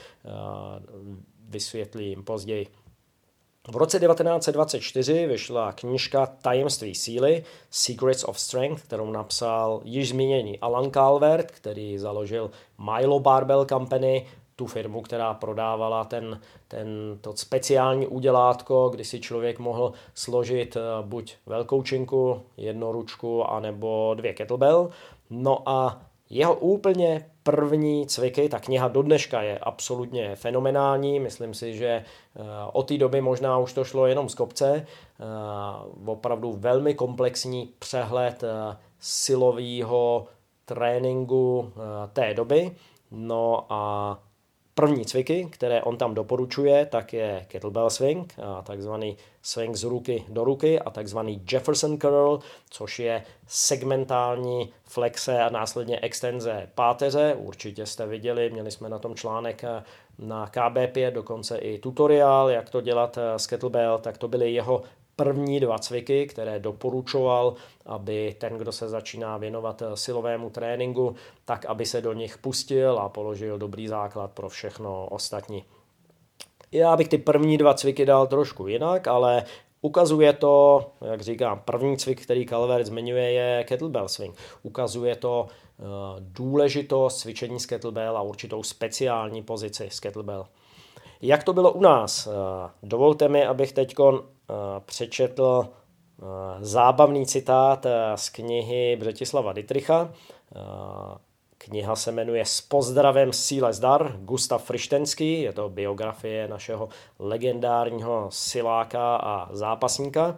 Vysvětlím později. V roce devatenáct set dvacet čtyři vyšla knížka Tajemství síly, Secrets of Strength, kterou napsal již zmíněný Alan Calvert, který založil Milo Barbell Company, tu firmu, která prodávala ten, ten, to speciální udělátko, kdy si člověk mohl složit buď velkou činku, jednoručku, anebo dvě kettlebell. No a jeho úplně první cviky, ta kniha do dneška je absolutně fenomenální, myslím si, že od té doby možná už to šlo jenom z kopce, opravdu velmi komplexní přehled silového tréninku té doby. No a první cviky, které on tam doporučuje, tak je kettlebell swing, takzvaný swing z ruky do ruky a takzvaný Jefferson curl, což je segmentální flexe a následně extenze páteře. Určitě jste viděli, měli jsme na tom článek na K B pět, dokonce i tutoriál, jak to dělat s kettlebell, tak to byly jeho první dva cviky, které doporučoval, aby ten, kdo se začíná věnovat silovému tréninku, tak aby se do nich pustil a položil dobrý základ pro všechno ostatní. Já bych ty první dva cviky dal trošku jinak, ale ukazuje to, jak říkám, první cvik, který Calvert zmiňuje, je kettlebell swing. Ukazuje to uh, důležitost cvičení s kettlebell a určitou speciální pozici s kettlebell. Jak to bylo u nás? Dovolte mi, abych teď přečetl Zábavný citát z knihy Břetislava Dittricha. Kniha se jmenuje S pozdravem síle zdar, Gustav Frištenský, je to biografie našeho legendárního siláka a zápasníka.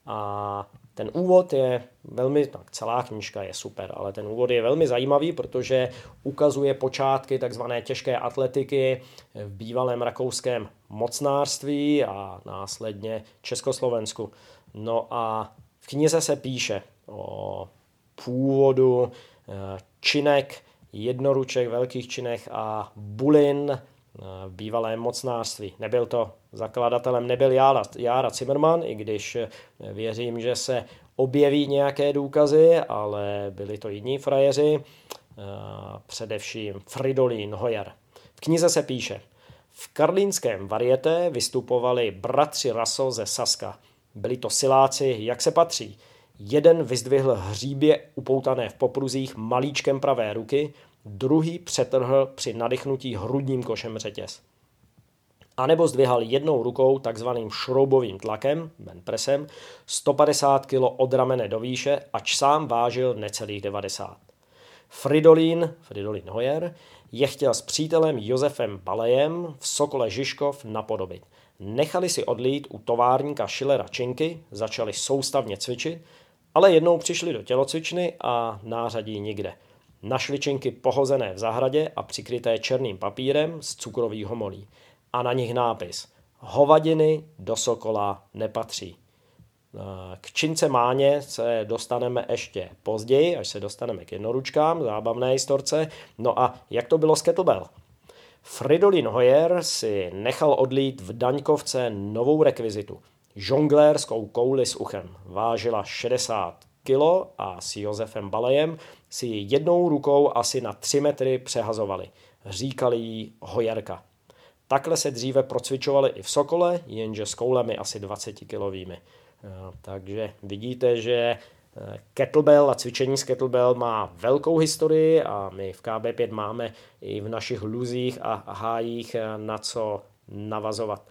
A ten úvod je velmi, tak celá knížka je super, ale ten úvod je velmi zajímavý, protože ukazuje počátky takzvané těžké atletiky v bývalém rakouském mocnářství a následně Československu. No a v knize se píše o původu činek, jednoruček, velkých činech a bulin v bývalém mocnářství. Nebyl to zakladatelem, nebyl Jára, Jára Zimmermann, i když věřím, že se objeví nějaké důkazy, ale byli to jiní frajeři, především Fridolin Hoyer. V knize se píše: v karlínském varieté vystupovali bratři Raso ze Saska. Byli to siláci, jak se patří. Jeden vyzdvihl hříbě upoutané v popruzích malíčkem pravé ruky, druhý přetrhl při nadechnutí hrudním košem řetěz. A nebo zdvihal jednou rukou takzvaným šroubovým tlakem, benpresem, sto padesát kilo od ramene do výše, ač sám vážil necelých devadesát. Fridolin, Fridolin Hoyer, je chtěl s přítelem Josefem Balejem v Sokole Žižkov napodobit. Nechali si odlít u továrníka Schillera činky, začali soustavně cvičit, ale jednou přišli do tělocvičny a nářadí nikde. Našli činky pohozené v zahradě a přikryté černým papírem z cukrových homolí. A na nich nápis: hovadiny do Sokola nepatří. K čince Máně se dostaneme ještě později, až se dostaneme k jednoručkám, zábavné historce. No a jak to bylo s kettlebell? Fridolin Hoyer si nechal odlít v Daňkovce novou rekvizitu. Žonglérskou kouli s uchem. Vážila šedesát kilo a s Josefem Balejem si ji jednou rukou asi na tři metry přehazovali. Říkali jí Hojerka. Takhle se dříve procvičovali i v Sokole, jenže s koulemi asi dvacetikilovými. Takže vidíte, že kettlebell a cvičení s kettlebell má velkou historii a my v K B pět máme i v našich luzích a hájích na co navazovat.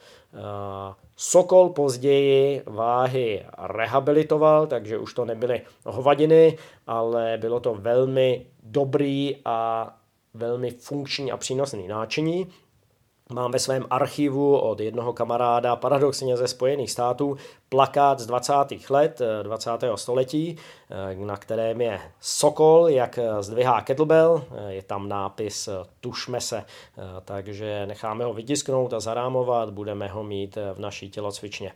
Sokol později váhy rehabilitoval, takže už to nebyly hovadiny, ale bylo to velmi dobrý a velmi funkční a přínosný náčiní. Mám ve svém archivu od jednoho kamaráda, paradoxně ze Spojených států, plakát z dvacátých let dvacátého století, na kterém je sokol, jak zdvihá kettlebell, je tam nápis tušme se, takže necháme ho vytisknout a zarámovat, budeme ho mít v naší tělocvičně.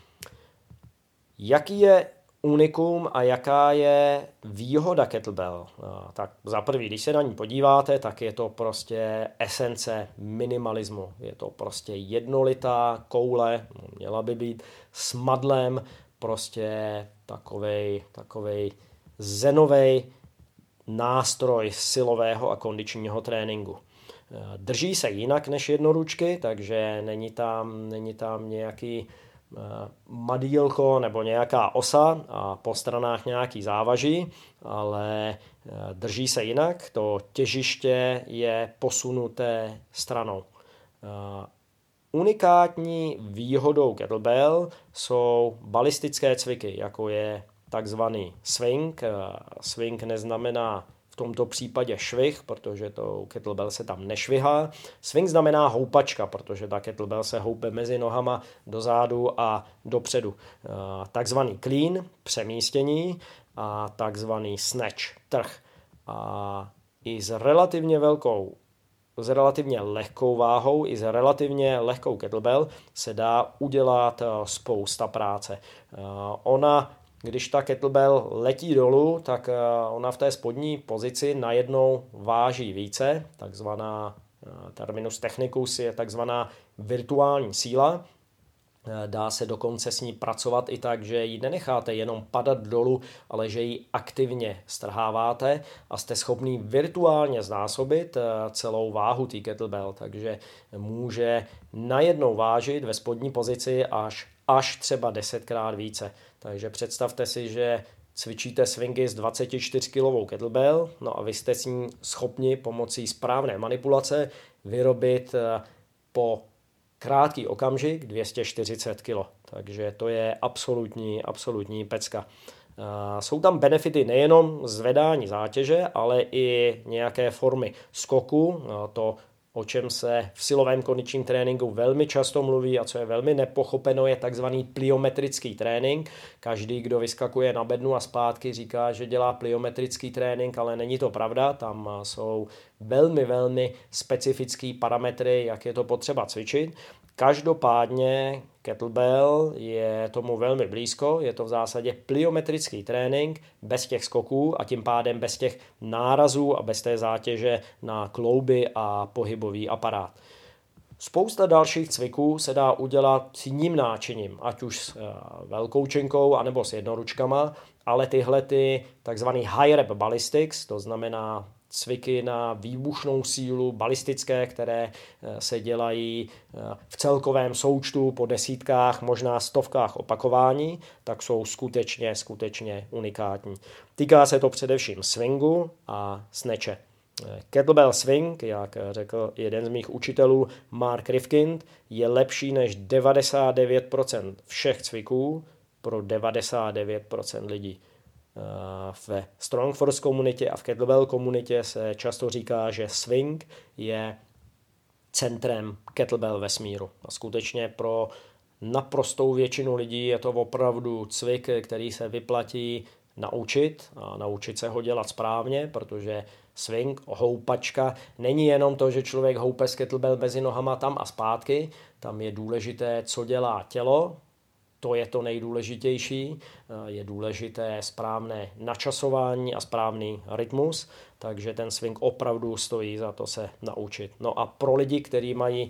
Jaký je unikum a jaká je výhoda kettlebell? Tak za prvý, když se na ní podíváte, tak je to prostě esence minimalismu. Je to prostě jednolitá koule, měla by být s madlem, prostě takovej, takovej zenovej nástroj silového a kondičního tréninku. Drží se jinak než jednoručky, takže není tam, není tam nějaký madílko nebo nějaká osa a po stranách nějaký závaží, ale drží se jinak, to těžiště je posunuté stranou. Unikátní výhodou kettlebell jsou balistické cviky, jako je takzvaný swing. Swing neznamená v tomto případě švih, protože to kettlebell se tam nešvihá. Swing znamená houpačka, protože ta kettlebell se houpe mezi nohama dozadu a dopředu. Takzvaný clean, přemístění, a takzvaný snatch, trh. A i s relativně velkou, s relativně lehkou váhou, i s relativně lehkou kettlebell se dá udělat spousta práce. Ona Když ta kettlebell letí dolů, tak ona v té spodní pozici najednou váží více, takzvaná terminus technicus je takzvaná virtuální síla. Dá se dokonce s ní pracovat i tak, že ji nenecháte jenom padat dolů, ale že ji aktivně strháváte a jste schopný virtuálně znásobit celou váhu té kettlebell, takže může najednou vážit ve spodní pozici až, až třeba desetkrát více. Takže představte si, že cvičíte swingy s dvacetičtyřkilovou kettlebell, no a vy jste s ní schopni pomocí správné manipulace vyrobit po krátký okamžik dvě stě čtyřicet kilo. takže to je absolutní, absolutní pecka. Jsou tam benefity nejenom zvedání zátěže, ale i nějaké formy skoku, to, o čem se v silovém kondičním tréninku velmi často mluví a co je velmi nepochopeno, je takzvaný pliometrický trénink. Každý, kdo vyskakuje na bednu a zpátky, říká, že dělá pliometrický trénink, ale není to pravda. Tam jsou velmi, velmi specifické parametry, jak je to potřeba cvičit. Každopádně kettlebell je tomu velmi blízko, je to v zásadě pliometrický trénink bez těch skoků a tím pádem bez těch nárazů a bez té zátěže na klouby a pohybový aparát. Spousta dalších cviků se dá udělat s jiným náčiním, ať už s velkou činkou anebo s jednoručkama, ale tyhle ty takzvaný high rep ballistics, to znamená cviky na výbušnou sílu balistické, které se dělají v celkovém součtu po desítkách, možná stovkách opakování, tak jsou skutečně, skutečně unikátní. Týká se to především swingu a snatche. Kettlebell swing, jak řekl jeden z mých učitelů Mark Rifkind, je lepší než devadesát devět procent všech cviků pro devadesát devět procent lidí. Ve Strong Force komunitě a v kettlebell komunitě se často říká, že swing je centrem kettlebell vesmíru. A skutečně pro naprostou většinu lidí je to opravdu cvik, který se vyplatí naučit a naučit se ho dělat správně, protože swing, houpačka, není jenom to, že člověk houpe s kettlebell mezi nohama tam a zpátky, tam je důležité, co dělá tělo. To je to nejdůležitější, je důležité správné načasování a správný rytmus, takže ten swing opravdu stojí za to se naučit. No a pro lidi, kteří mají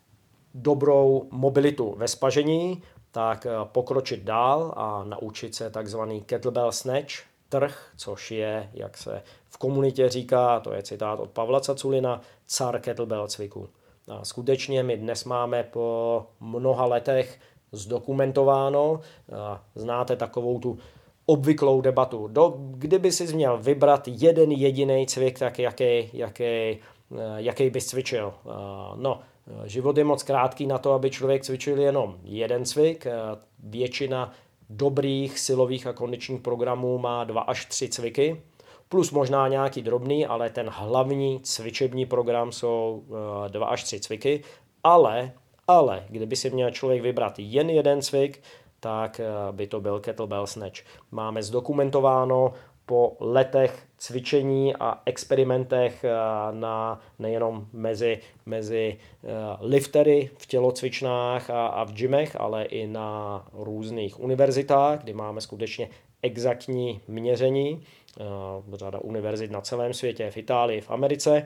dobrou mobilitu ve spažení, tak pokročit dál a naučit se takzvaný kettlebell snatch, trh, což je, jak se v komunitě říká, to je citát od Pavla Caculina, car kettlebell cviků. A skutečně my dnes máme po mnoha letech zdokumentováno, znáte takovou tu obvyklou debatu. Do, kdyby si měl vybrat jeden jediný cvik, tak jaký, jaký, jaký bys cvičil? No, život je moc krátký na to, aby člověk cvičil jenom jeden cvik. Většina dobrých silových a kondičních programů má dva až tři cviky, plus možná nějaký drobný, ale ten hlavní cvičební program jsou dva až tři cviky, ale Ale kdyby si měl člověk vybrat jen jeden cvik, tak by to byl kettlebell snatch. Máme zdokumentováno po letech cvičení a experimentech na, nejenom mezi, mezi liftery v tělocvičnách a, a v gymech, ale i na různých univerzitách, kdy máme skutečně exaktní měření. Řada univerzit na celém světě, v Itálii, v Americe,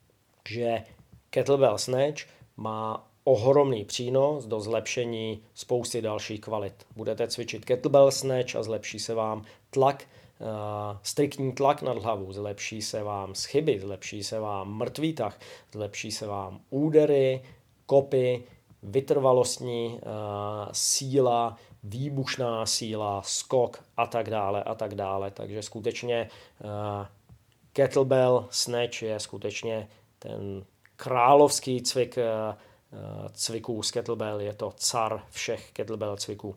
že kettlebell snatch má ohromný přínos do zlepšení spousty dalších kvalit. Budete cvičit kettlebell snatch a zlepší se vám tlak, uh, striktní tlak nad hlavu, zlepší se vám schyby, zlepší se vám mrtvý tah, zlepší se vám údery, kopy, vytrvalostní uh, síla, výbušná síla, skok a tak dále a tak dále. Takže skutečně uh, kettlebell snatch je skutečně ten královský cvik uh, cviků z kettlebell, je to car všech kettlebell cviků.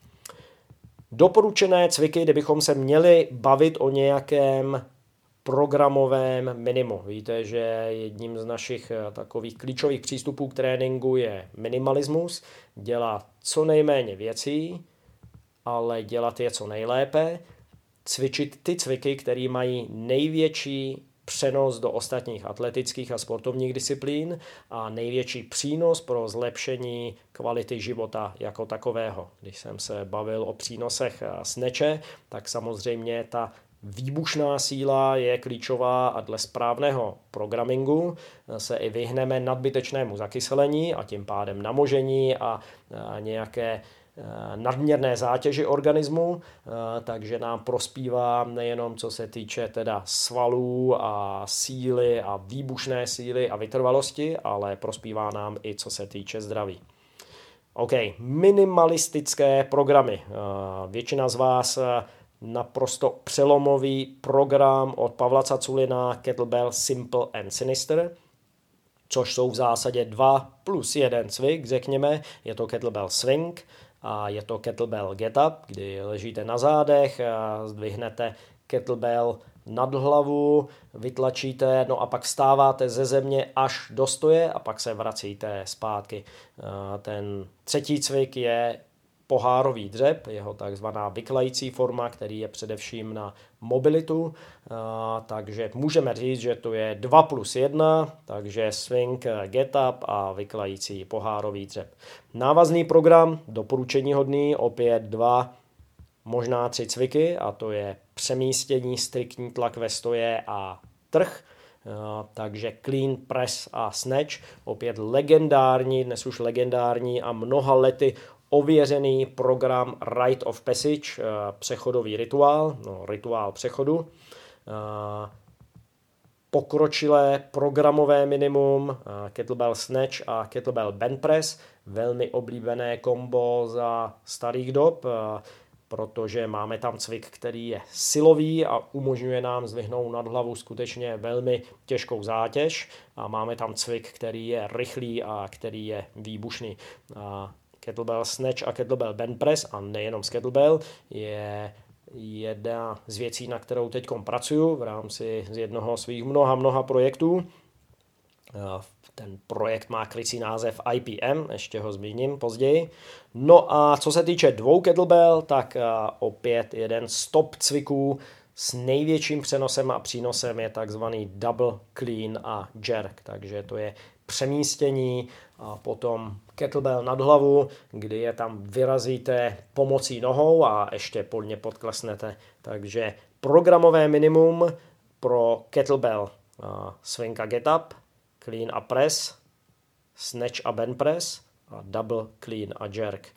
Doporučené cviky, kdybychom se měli bavit o nějakém programovém minimu. Víte, že jedním z našich takových klíčových přístupů k tréninku je minimalismus, dělat co nejméně věcí, ale dělat je co nejlépe, cvičit ty cviky, které mají největší přenos do ostatních atletických a sportovních disciplín a největší přínos pro zlepšení kvality života jako takového. Když jsem se bavil o přínosech snatche, tak samozřejmě ta výbušná síla je klíčová a dle správného programingu se i vyhneme nadbytečnému zakyselení a tím pádem namožení a nějaké nadměrné zátěži organismu, takže nám prospívá nejenom co se týče teda svalů a síly a výbušné síly a vytrvalosti, ale prospívá nám i co se týče zdraví. OK, minimalistické programy. Většina z vás naprosto přelomový program od Pavla Caculina Kettlebell Simple and Sinister, což jsou v zásadě dva plus jeden cvik, řekněme, je to kettlebell swing a je to kettlebell get up, kdy ležíte na zádech a zdvihnete kettlebell nad hlavu, vytlačíte, no a pak vstáváte ze země až do stoje a pak se vracíte zpátky. Ten třetí cvik je pohárový dřep, jeho takzvaná vyklající forma, který je především na mobilitu, takže můžeme říct, že to je dva plus jedna, takže swing, get up a vyklající pohárový dřep. Návazný program, doporučení hodný, opět dva, možná tři cviky, a to je přemístění, striktní tlak ve stoje a trh, takže clean, press a snatch, opět legendární, dnes už legendární a mnoha lety ověřený program Rite of Passage, přechodový rituál, no, rituál přechodu, pokročilé programové minimum, kettlebell snatch a kettlebell bench press, velmi oblíbené kombo za starých dob, protože máme tam cvik, který je silový a umožňuje nám zdvihnout nad hlavu skutečně velmi těžkou zátěž, a máme tam cvik, který je rychlý a který je výbušný. Kettlebell snatch a kettlebell bench press, a nejenom z kettlebell, je jedna z věcí, na kterou teď pracuju v rámci z jednoho svých mnoha, mnoha projektů. Ten projekt má krycí název I P M, ještě ho zmíním později. No a co se týče dvou kettlebell, tak opět jeden z top cviků s největším přenosem a přínosem je takzvaný double clean a jerk, takže to je přemístění a potom kettlebell nad hlavu, kdy je tam vyrazíte pomocí nohou a ještě plně podklesnete. Takže programové minimum pro kettlebell swing a get up, clean a press, snatch a bench press a double clean a jerk.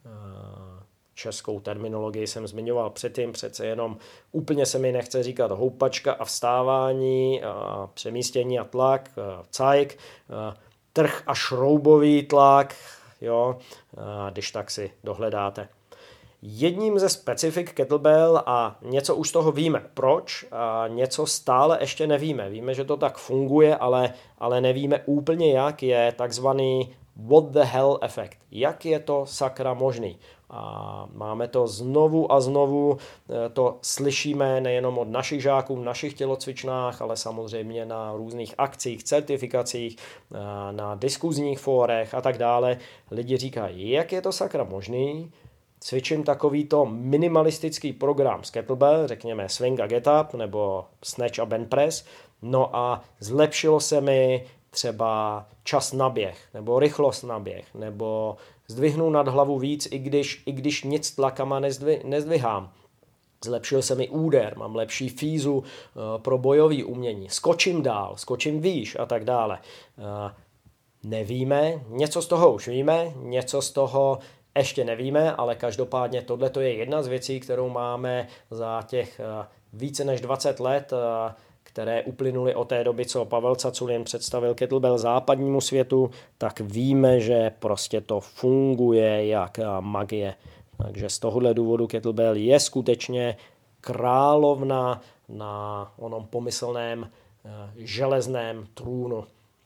Českou terminologii jsem zmiňoval předtím, přece jenom úplně se mi nechce říkat houpačka a vstávání, a přemístění a tlak, cajk, trh a šroubový tlak, jo, když tak si dohledáte. Jedním ze specifik kettlebell, a něco už z toho víme, proč, a něco stále ještě nevíme. Víme, že to tak funguje, ale, ale nevíme úplně jak, je takzvaný what the hell efekt. Jak je to sakra možný? A máme to znovu a znovu, to slyšíme nejenom od našich žáků v našich tělocvičnách, ale samozřejmě na různých akcích, certifikacích, na diskuzních fórech a tak dále. Lidi říkají, jak je to sakra možný, cvičím takovýto minimalistický program z kettlebell, řekněme swing a get up nebo snatch a bench press, no a zlepšilo se mi třeba čas na běh, nebo rychlost na běh, nebo zdvihnu nad hlavu víc, i když, i když nic tlakama nezdvi, nezdvihám. Zlepšil se mi úder, mám lepší fízu uh, pro bojové umění, skočím dál, skočím výš a tak dále. Uh, nevíme, něco z toho už víme, něco z toho ještě nevíme, ale každopádně tohle je jedna z věcí, kterou máme za těch uh, více než dvacet let, uh, které uplynuly od té doby, co Pavel Tsaculin představil kettlebell západnímu světu, tak víme, že prostě to funguje jak magie. Takže z tohohle důvodu kettlebell je skutečně královna na onom pomyslném železném trůnu.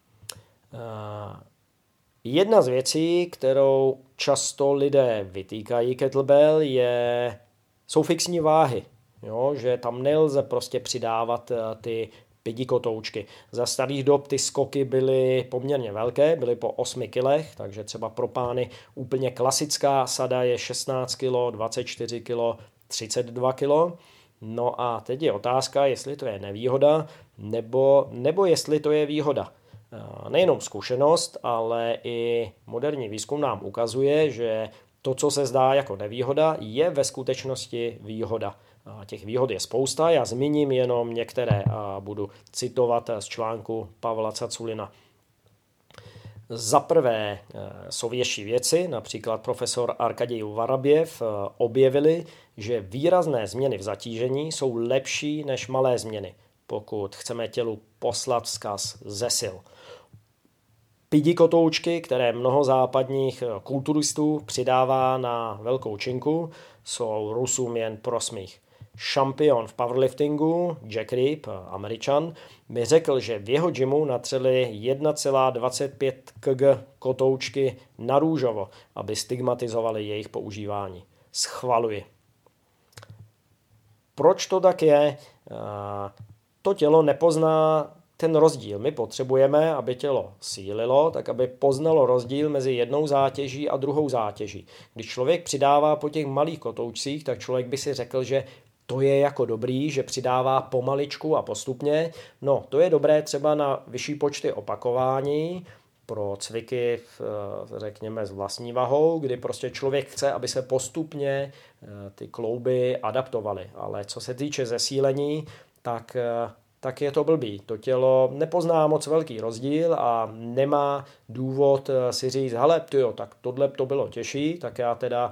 Jedna z věcí, kterou často lidé vytýkají kettlebell, je, jsou fixní váhy. Jo, že tam nelze prostě přidávat ty pidikotoučky. Za starých dob ty skoky byly poměrně velké, byly po osmi kilech, takže třeba pro pány úplně klasická sada je šestnáct kilo, dvacet čtyři kilo, třicet dva kilo. No a teď je otázka, jestli to je nevýhoda, nebo, nebo jestli to je výhoda. Nejenom zkušenost, ale i moderní výzkum nám ukazuje, že to, co se zdá jako nevýhoda, je ve skutečnosti výhoda. A těch výhod je spousta, já zmíním jenom některé a budu citovat z článku Pavla Tsaculina. Za prvé jsou větší věci, například profesor Arkadij Varabjev objevili, že výrazné změny v zatížení jsou lepší než malé změny, pokud chceme tělu poslat vzkaz ze sil. Pidikotoučky, které mnoho západních kulturistů přidává na velkou činku, jsou Rusům jen pro smích. šampion v powerliftingu, Jack Reap, Američan, mi řekl, že v jeho gymu natřeli jedna celá dvacet pět kilogramu kotoučky na růžovo, aby stigmatizovali jejich používání. Schvaluji. Proč to tak je? To tělo nepozná ten rozdíl. My potřebujeme, aby tělo sílilo, tak aby poznalo rozdíl mezi jednou zátěží a druhou zátěží. Když člověk přidává po těch malých kotoučcích, tak člověk by si řekl, že to je jako dobrý, že přidává pomaličku a postupně. No, to je dobré třeba na vyšší počty opakování, pro cviky, řekněme, s vlastní vahou, kdy prostě člověk chce, aby se postupně ty klouby adaptovaly. Ale co se týče zesílení, tak, tak je to blbý. To tělo nepozná moc velký rozdíl a nemá důvod si říct, hele, tyjo, tak tohle to bylo těžší, tak já teda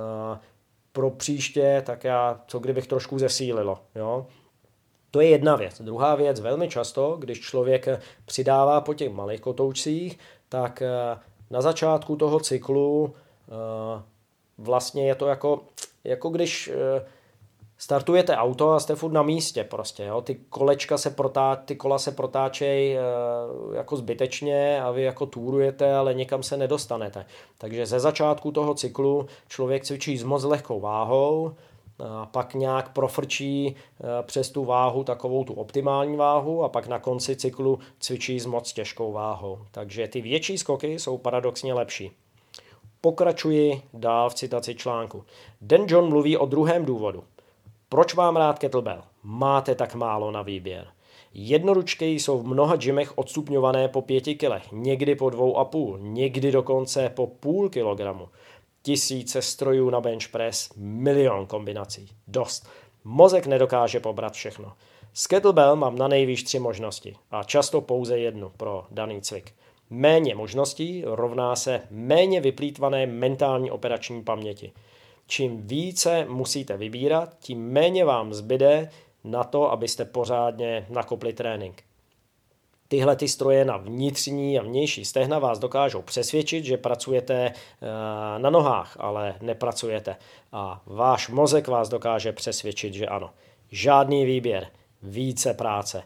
pro příště, tak já, co kdybych trošku zesílilo, jo. To je jedna věc. Druhá věc, velmi často, když člověk přidává po těch malých kotoučcích, tak na začátku toho cyklu vlastně je to jako, jako když startujete auto a jste furt na místě prostě, jo. Ty kolečka se protá, ty kola se protáčejí jako zbytečně a vy jako túrujete, ale někam se nedostanete. Takže ze začátku toho cyklu člověk cvičí s moc lehkou váhou, a pak nějak profrčí přes tu váhu takovou tu optimální váhu a pak na konci cyklu cvičí s moc těžkou váhou. Takže ty větší skoky jsou paradoxně lepší. Pokračuji dál v citaci článku. Dan John mluví o druhém důvodu. Proč mám rád kettlebell? Máte tak málo na výběr. Jednoručky jsou v mnoha gymech odstupňované po pěti kilech, někdy po dvou a půl, někdy dokonce po půl kilogramu. Tisíce strojů na bench press, milion kombinací. Dost. Mozek nedokáže pobrat všechno. S kettlebell mám na nejvýš tři možnosti a často pouze jednu pro daný cvik. Méně možností rovná se méně vyplýtvané mentální operační paměti. Čím více musíte vybírat, tím méně vám zbyde na to, abyste pořádně nakopli trénink. Tyhle ty stroje na vnitřní a vnější stehna vás dokážou přesvědčit, že pracujete na nohách, ale nepracujete. A váš mozek vás dokáže přesvědčit, že ano. Žádný výběr, více práce.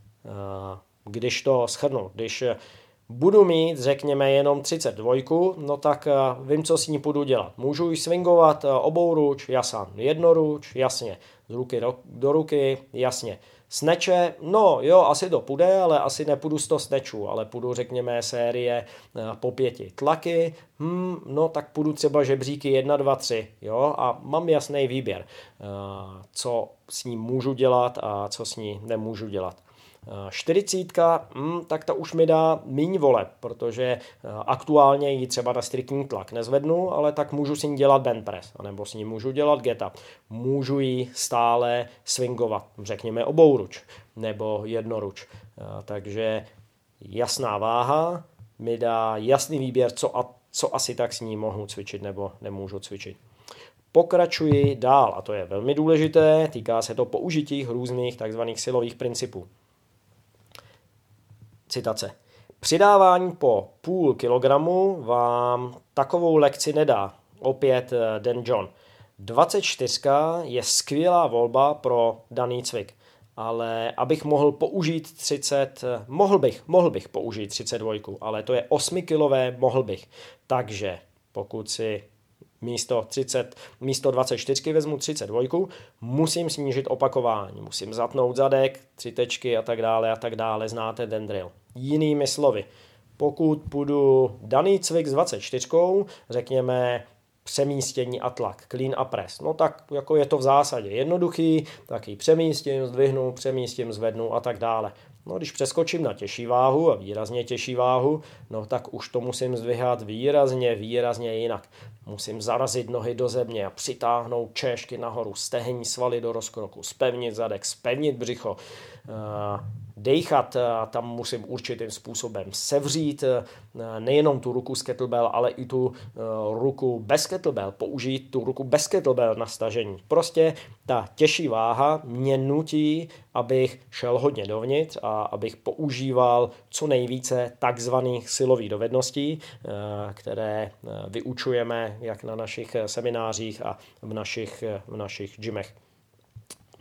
Když to shrnu, když budu mít, řekněme, jenom třicet dva, no tak vím, co s ní budu dělat. Můžu ji swingovat obouruč, jasan, jednoruč, jasně, z ruky do, do ruky, jasně. Sneče, no jo, asi to půjde, ale asi nepůjdu sto snečů, ale půjdu, řekněme, série po pěti. Tlaky, hmm, no tak půjdu třeba žebříky jedna, dva, tři, jo, a mám jasný výběr, co s ní můžu dělat a co s ní nemůžu dělat. čtyřicítka, hmm, tak ta už mi dá míň voleb, protože aktuálně ji třeba na striktní tlak nezvednu, ale tak můžu s ní dělat band press, anebo s ní můžu dělat get up. Můžu ji stále swingovat, řekněme obouruč, nebo jednoruč. Takže jasná váha mi dá jasný výběr, co, a, co asi tak s ní mohu cvičit nebo nemůžu cvičit. Pokračuji dál, a to je velmi důležité, týká se to použití různých takzvaných silových principů. Citace. Přidávání po půl kilogramu vám takovou lekci nedá. Opět Dan John. dvacet čtyři je skvělá volba pro daný cvik, ale abych mohl použít třicet, mohl bych, mohl bych použít třicet dva, ale to je osmikilové, mohl bych. Takže pokud si místo, třicet, místo dvacet čtyři vezmu třicet dva, musím snížit opakování, musím zatnout zadek, tři tečky a tak dále a tak dále, znáte ten drill. Jinými slovy, pokud půjdu daný cvik s dvacet čtyři, řekněme přemístění a tlak, clean a press, no tak jako je to v zásadě jednoduchý, tak ji přemístím, zdvihnu, přemístím, zvednu a tak dále. No když přeskočím na těžší váhu a výrazně těžší váhu, no tak už to musím zdvihat výrazně, výrazně jinak. Musím zarazit nohy do země a přitáhnout češky nahoru, stehenní svaly do rozkroku, zpevnit zadek, zpevnit břicho, dejchat, tam musím určitým způsobem sevřít nejenom tu ruku s kettlebell, ale i tu ruku bez kettlebell, použít tu ruku bez kettlebell na stažení. Prostě ta těžší váha mě nutí, abych šel hodně dovnitř a abych používal co nejvíce takzvaných silových dovedností, které vyučujeme jak na našich seminářích a v našich, v našich gymech.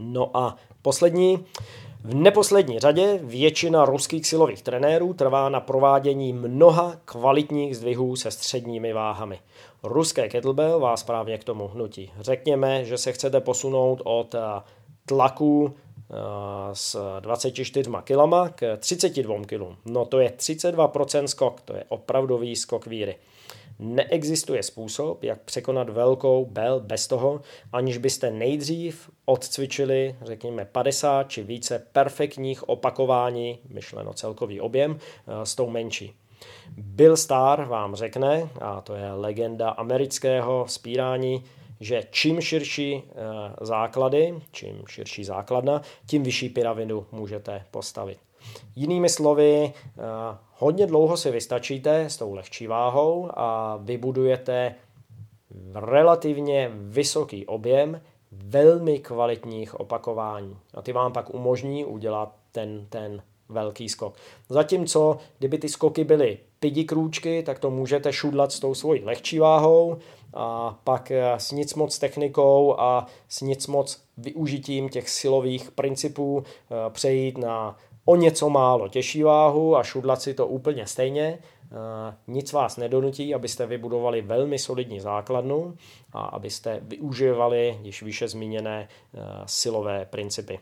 No a poslední, v neposlední řadě většina ruských silových trenérů trvá na provádění mnoha kvalitních zdvihů se středními váhami. Ruské kettlebell vás právě k tomu hnutí. Řekněme, že se chcete posunout od tlaku s dvaceti čtyřmi kilama k třiceti dvěma kilům. No to je třicet dva procent skok, to je opravdový skok víry. Neexistuje způsob, jak překonat velkou bel bez toho, aniž byste nejdřív odcvičili, řekněme, padesát či více perfektních opakování, myšleno celkový objem, s tou menší. Bill Starr vám řekne, a to je legenda amerického vzpírání, že čím širší základy, čím širší základna, tím vyšší pyramidu můžete postavit. Jinými slovy, hodně dlouho si vystačíte s tou lehčí váhou a vybudujete relativně vysoký objem velmi kvalitních opakování. A ty vám pak umožní udělat ten, ten velký skok. Zatímco, kdyby ty skoky byly pidi krůčky, tak to můžete šudlat s tou svojí lehčí váhou a pak s nic moc technikou a s nic moc využitím těch silových principů přejít na o něco málo těžší váhu a šudlat si to úplně stejně. Nic vás nedonutí, abyste vybudovali velmi solidní základnu a abyste využívali již výše zmíněné silové principy.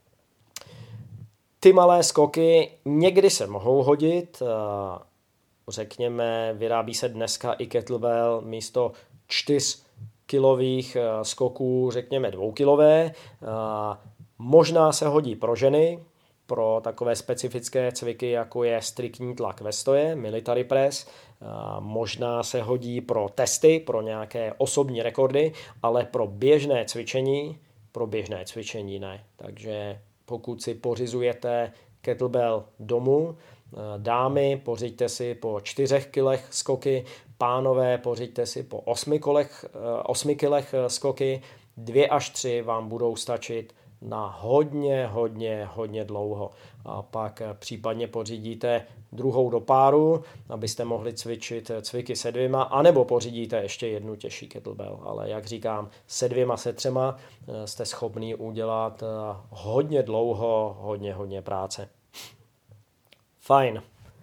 Ty malé skoky někdy se mohou hodit, řekněme, vyrábí se dneska i kettlebell místo čtyřkilových skoků, řekněme dvoukilové. Možná se hodí pro ženy, pro takové specifické cviky, jako je striktní tlak ve stoje, military press. Možná se hodí pro testy, pro nějaké osobní rekordy, ale pro běžné cvičení, pro běžné cvičení ne. Takže pokud si pořizujete kettlebell domů, dámy, pořiďte si po čtyřech kilech skoky, pánové, pořiďte si po osmi, kolech, osmi kilech skoky, dvě až tři vám budou stačit na hodně, hodně, hodně dlouho. A pak případně pořídíte druhou do páru, abyste mohli cvičit cviky se dvěma, anebo pořídíte ještě jednu těžší kettlebell. Ale jak říkám, se dvěma, se třema jste schopný udělat hodně dlouho, hodně, hodně práce. Fajn.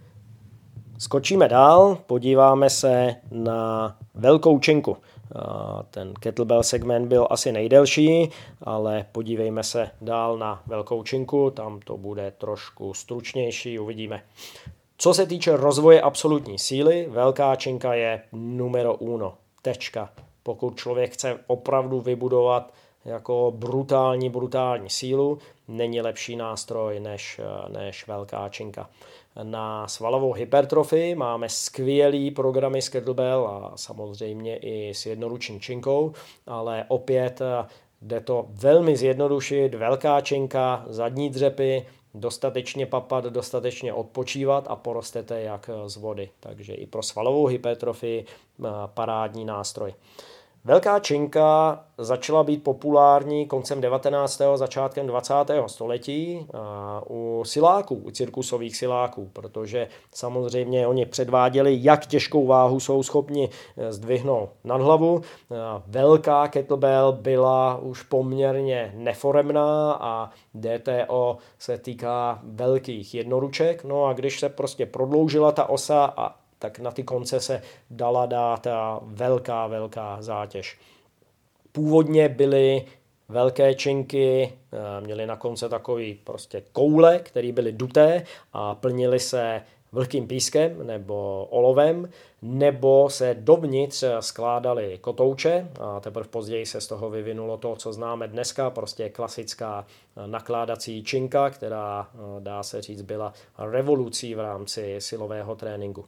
Skočíme dál, podíváme se na velkou činku. Ten kettlebell segment byl asi nejdelší, ale podívejme se dál na velkou činku, tam to bude trošku stručnější, uvidíme. Co se týče rozvoje absolutní síly, velká činka je numero uno, tečka. Pokud člověk chce opravdu vybudovat jako brutální, brutální sílu, není lepší nástroj než, než velká činka. Na svalovou hypertrofii máme skvělý programy s kettlebell a samozřejmě i s jednoruční činkou, ale opět jde to velmi zjednodušit, velká činka, zadní dřepy, dostatečně papat, dostatečně odpočívat a porostete jak z vody. Takže i pro svalovou hypertrofii parádní nástroj. Velká činka začala být populární koncem devatenáctého začátkem dvacátého století u siláků, u cirkusových siláků, protože samozřejmě oni předváděli, jak těžkou váhu jsou schopni zdvihnout nad hlavu. Velká kettlebell byla už poměrně neforemná a D T O se týká velkých jednoruček. No a když se prostě prodloužila ta osa a tak na ty konce se dala dát ta velká, velká zátěž. Původně byly velké činky, měly na konce takový prostě koule, které byly duté a plnily se vlhkým pískem nebo olovem, nebo se dovnitř skládaly kotouče a teprve později se z toho vyvinulo to, co známe dneska, prostě klasická nakládací činka, která, dá se říct, byla revolucí v rámci silového tréninku.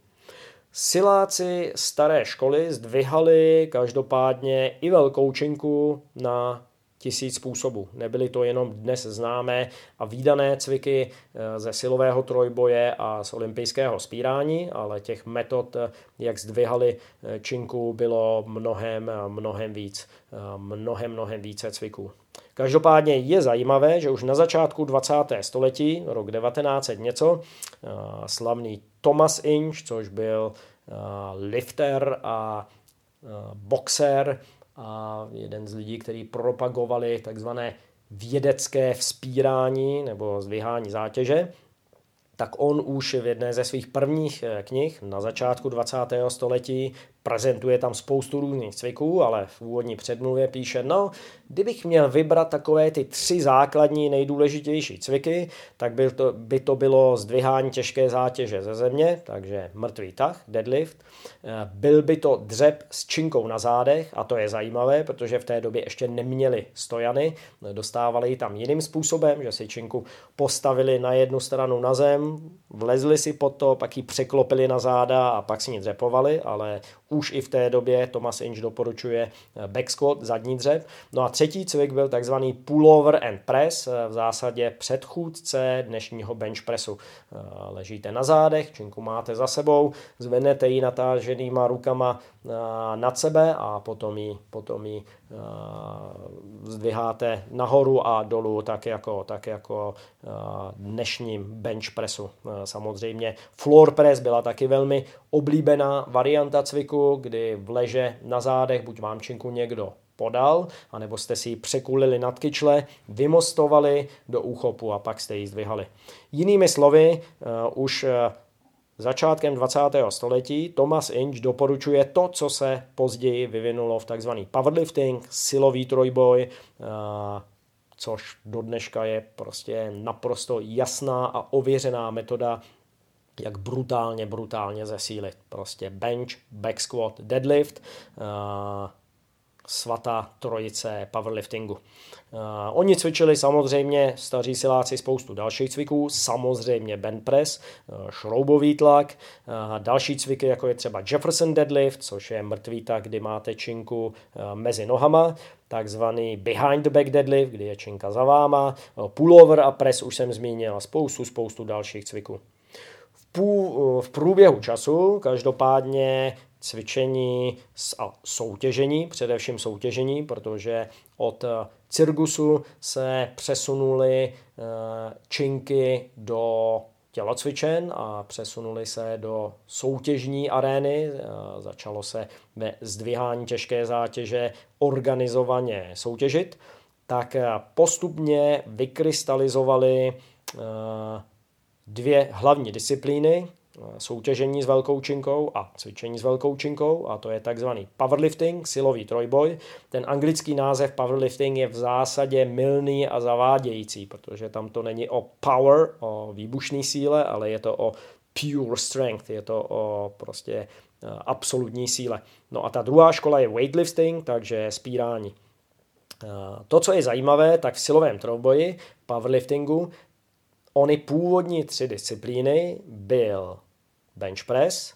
Siláci staré školy zdvihali každopádně i velkou činku na tisíc způsobů. Nebyly to jenom dnes známé a vídané cviky ze silového trojboje a z olympijského vzpírání, ale těch metod, jak zdvihali činku, bylo mnohem, mnohem víc. Mnohem, mnohem více cviků. Každopádně je zajímavé, že už na začátku dvacátého století, rok devatenáct set něco, slavný Thomas Inch, což byl lifter a boxer a jeden z lidí, kteří propagovali takzvané vědecké vzpírání nebo zdvihání zátěže, tak on už v jedné ze svých prvních knih na začátku dvacátého století prezentuje tam spoustu různých cviků, ale v úvodní předmluvě píše, no, kdybych měl vybrat takové ty tři základní nejdůležitější cviky, tak by to, by to bylo zdvihání těžké zátěže ze země, takže mrtvý tah, deadlift. Byl by to dřep s činkou na zádech, a to je zajímavé, protože v té době ještě neměli stojany, dostávali ji tam jiným způsobem, že si činku postavili na jednu stranu na zem, vlezli si pod to, pak ji překlopili na záda a pak si ji dřepovali, ale už i v té době Thomas Inge doporučuje back squat, zadní dřep. No a třetí cvik byl takzvaný pullover and press, v zásadě předchůdce dnešního bench pressu. Ležíte na zádech, činku máte za sebou, zvednete ji natáženýma rukama nad sebe a potom ji, potom ji zdviháte nahoru a dolů, tak jako, tak jako dnešním bench pressu. Samozřejmě floor press byla taky velmi oblíbená varianta cviku, kdy v leže na zádech buď vám činku někdo podal, anebo jste si ji překulili nad kyčle, vymostovali do úchopu a pak jste ji zdvihali. Jinými slovy, uh, už uh, začátkem dvacátého století Thomas Inge doporučuje to, co se později vyvinulo v takzvaný powerlifting, silový trojboj, uh, což do dneška je prostě naprosto jasná a ověřená metoda, jak brutálně, brutálně zesílit. Prostě bench, back squat, deadlift, uh, svatá trojice powerliftingu. Uh, oni cvičili samozřejmě, staří siláci, spoustu dalších cviků, samozřejmě band press, uh, šroubový tlak, uh, další cviky, jako je třeba Jefferson deadlift, což je mrtvý tak, kdy máte činku uh, mezi nohama, takzvaný behind the back deadlift, kdy je činka za váma, uh, pullover a press už jsem zmínil, spoustu, spoustu dalších cviků. V, pů, v průběhu času každopádně cvičení a soutěžení, především soutěžení, protože od cirkusu se přesunuly činky do tělocvičen a přesunuli se do soutěžní arény. Začalo se ve zdvihání těžké zátěže organizovaně soutěžit, tak postupně vykrystalizovaly dvě hlavní disciplíny, soutěžení s velkou činkou a cvičení s velkou činkou, a to je takzvaný powerlifting, silový trojboj. Ten anglický název powerlifting je v zásadě mylný a zavádějící, protože tam to není o power, o výbušné síle, ale je to o pure strength, je to o prostě absolutní síle. No a ta druhá škola je weightlifting, takže spírání. To, co je zajímavé, tak v silovém trojboji, powerliftingu, ony původní tři disciplíny byl bench press,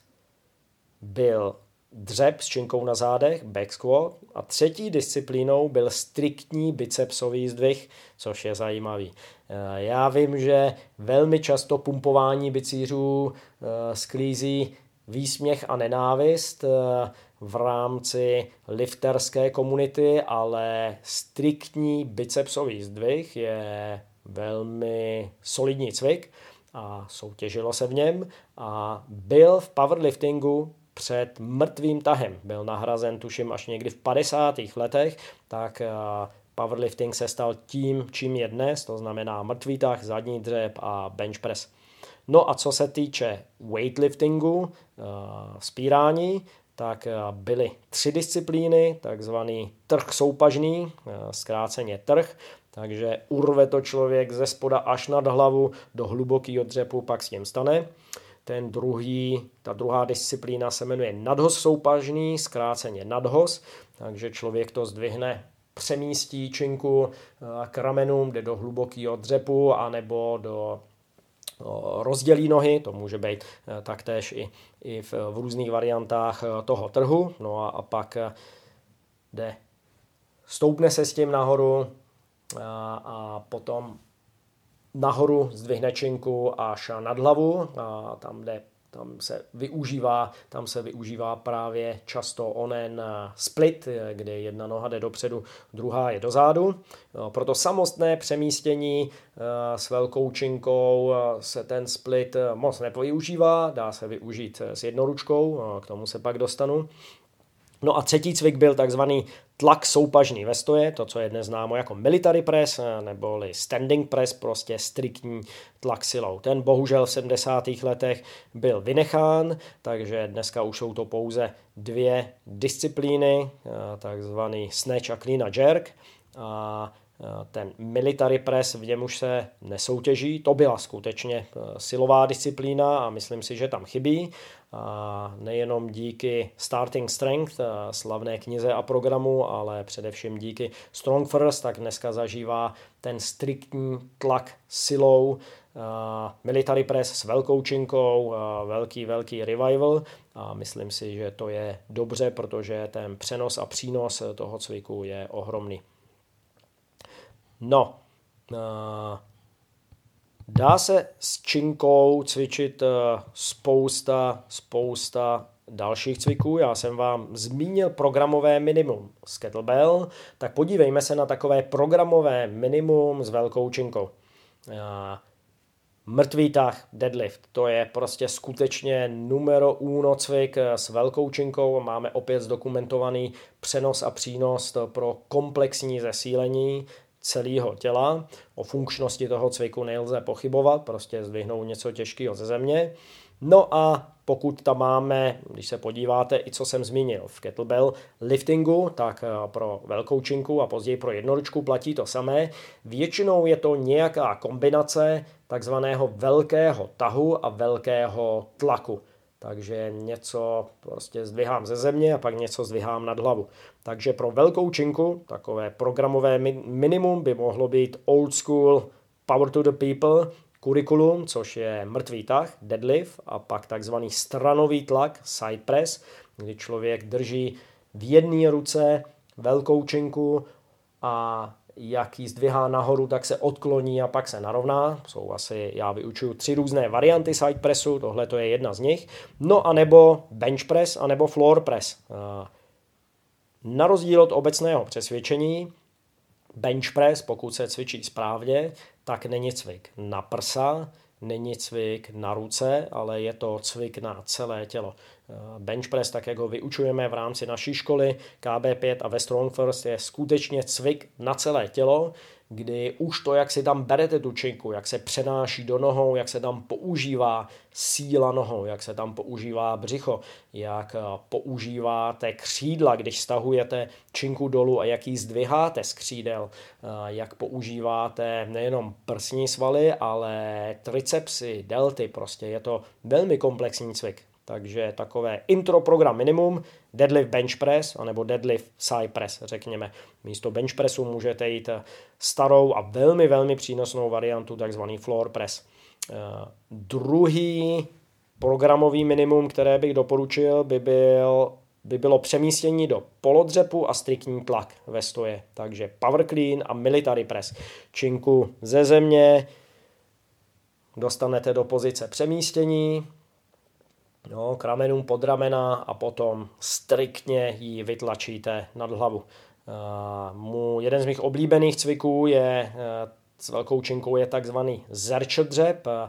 byl dřep s činkou na zádech, back squat, a třetí disciplínou byl striktní bicepsový zdvih, což je zajímavý. Já vím, že velmi často pumpování bicířů sklízí výsměch a nenávist v rámci lifterské komunity, ale striktní bicepsový zdvih je velmi solidní cvik a soutěžilo se v něm a byl v powerliftingu před mrtvým tahem. Byl nahrazen tuším až někdy v padesátých letech, tak powerlifting se stal tím, čím je dnes, to znamená mrtvý tah, zadní dřep a bench press. No a co se týče weightliftingu, vzpírání, tak byly tři disciplíny, takzvaný trh soupažný, zkráceně trh, takže urve to člověk ze spoda až nad hlavu do hlubokého dřepu, pak s tím stane. Ten druhý, ta druhá disciplína se jmenuje nadhoz soupažný, zkráceně nadhoz, takže člověk to zdvihne, přemístí činku k ramenům, jde do hlubokého dřepu, anebo do rozdělí nohy, to může být taktéž i, i v, v různých variantách toho trhu, no a, a pak jde, stoupne se s tím nahoru a, a potom nahoru zdvihne činku až nad hlavu a tam jde, tam se využívá, tam se využívá právě často onen split, kde jedna noha jde dopředu, druhá je dozadu. No, proto samostné přemístění s velkou činkou se ten split moc nevyužívá, dá se využít s jednoručkou, k tomu se pak dostanu. No a třetí cvik byl takzvaný tlak soupažný ve stoje, to, co je dnes známo jako military press, neboli standing press, prostě striktní tlak silou. Ten bohužel v sedmdesátých letech byl vynechán, takže dneska už jsou to pouze dvě disciplíny, takzvaný snatch a clean a jerk. A ten military press, v něm už se nesoutěží, to byla skutečně silová disciplína a myslím si, že tam chybí. A nejenom díky Starting Strength, slavné knize a programu, ale především díky Strong First, tak dneska zažívá ten striktní tlak silou military press s velkou činkou, velký, velký revival a myslím si, že to je dobře, protože ten přenos a přínos toho cviku je ohromný. No, dá se s činkou cvičit spousta, spousta dalších cviků. Já jsem vám zmínil programové minimum z kettlebell, tak podívejme se na takové programové minimum s velkou činkou. Mrtvý tah, deadlift, to je prostě skutečně numero uno cvik s velkou činkou. Máme opět zdokumentovaný přenos a přínos pro komplexní zesílení celého těla. O funkčnosti toho cviku nelze pochybovat, prostě zdvihnout něco těžkého ze země. No a pokud tam máme, když se podíváte, i co jsem zmínil v kettlebell liftingu, tak pro velkou činku a později pro jednoručku platí to samé. Většinou je to nějaká kombinace takzvaného velkého tahu a velkého tlaku. Takže něco prostě zdvihám ze země a pak něco zdvihám nad hlavu. Takže pro velkou činku takové programové minimum by mohlo být old school power to the people kurikulum, což je mrtvý tah, deadlift a pak takzvaný stranový tlak, side press, kdy člověk drží v jedné ruce velkou činku a jak ji zdvihá nahoru, tak se odkloní a pak se narovná. Jsou asi, já vyučuju tři různé varianty side pressu, tohle to je jedna z nich. No a nebo bench press, a nebo floor press. Na rozdíl od obecného přesvědčení, bench press, pokud se cvičí správně, tak není cvik na prsa, není cvik na ruce, ale je to cvik na celé tělo. Bench press, tak jak ho vyučujeme v rámci naší školy K B pět a ve Strong First, je skutečně cvik na celé tělo, kdy už to, jak si tam berete tu činku, jak se přenáší do nohou, jak se tam používá síla nohou, jak se tam používá břicho, jak používáte křídla, když stahujete činku dolů a jak ji zdviháte z křídel, jak používáte nejenom prsní svaly, ale tricepsy, delty, prostě je to velmi komplexní cvik. Takže takové intro program minimum, deadlift bench press, anebo deadlift side press, řekněme. Místo bench pressu můžete jít starou a velmi, velmi přínosnou variantu, takzvaný floor press. Uh, druhý programový minimum, které bych doporučil, by, byl, by bylo přemístění do polodřepu a striktní tlak ve stoje. Takže power clean a military press. Činku ze země, dostanete do pozice přemístění, no, k ramenům pod ramena a potom striktně ji vytlačíte nad hlavu. Uh, mu, jeden z mých oblíbených cviků je uh, s velkou činkou je takzvaný zerčel dřep. Uh,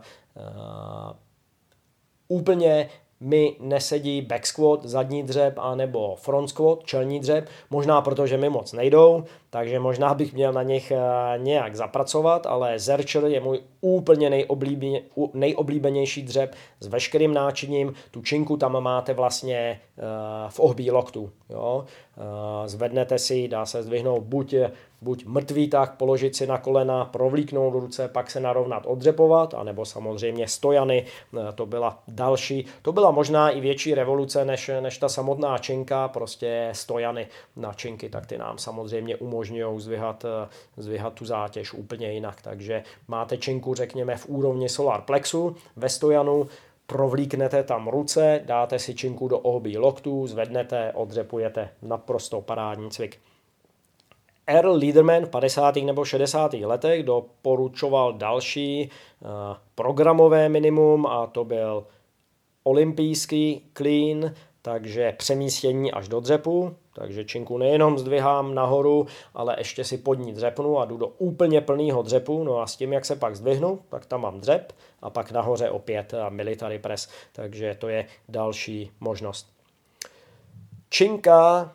úplně mi nesedí back squat, zadní dřep, anebo front squat, čelní dřep, možná protože mi moc nejdou, takže možná bych měl na nich nějak zapracovat, ale zerčel je můj úplně nejoblíbeně, nejoblíbenější dřep s veškerým náčiním. Tu činku tam máte vlastně v ohbí loktu. Jo? Zvednete si, dá se zdvihnout buď, buď mrtvý tah, položit si na kolena, provlíknout ruce, pak se narovnat, odřepovat, anebo samozřejmě stojany, to byla další, to byla možná i větší revoluce než, než ta samotná činka, prostě stojany na činky, tak ty nám samozřejmě umožňují zdvihat, zdvihat tu zátěž úplně jinak, takže máte činku, řekněme, v úrovni solar plexu, ve stojanu, provlíknete tam ruce, dáte si činku do ohbí loktů, zvednete, odřepujete, naprosto parádní cvik. Earl Liederman v padesátých nebo šedesátých letech doporučoval další uh, programové minimum a to byl olympijský clean, takže přemístění až do dřepu, takže činku nejenom zdvihám nahoru, ale ještě si pod ní dřepnu a jdu do úplně plného dřepu, no a s tím, jak se pak zdvihnu, tak tam mám dřep a pak nahoře opět military press, takže to je další možnost. Činka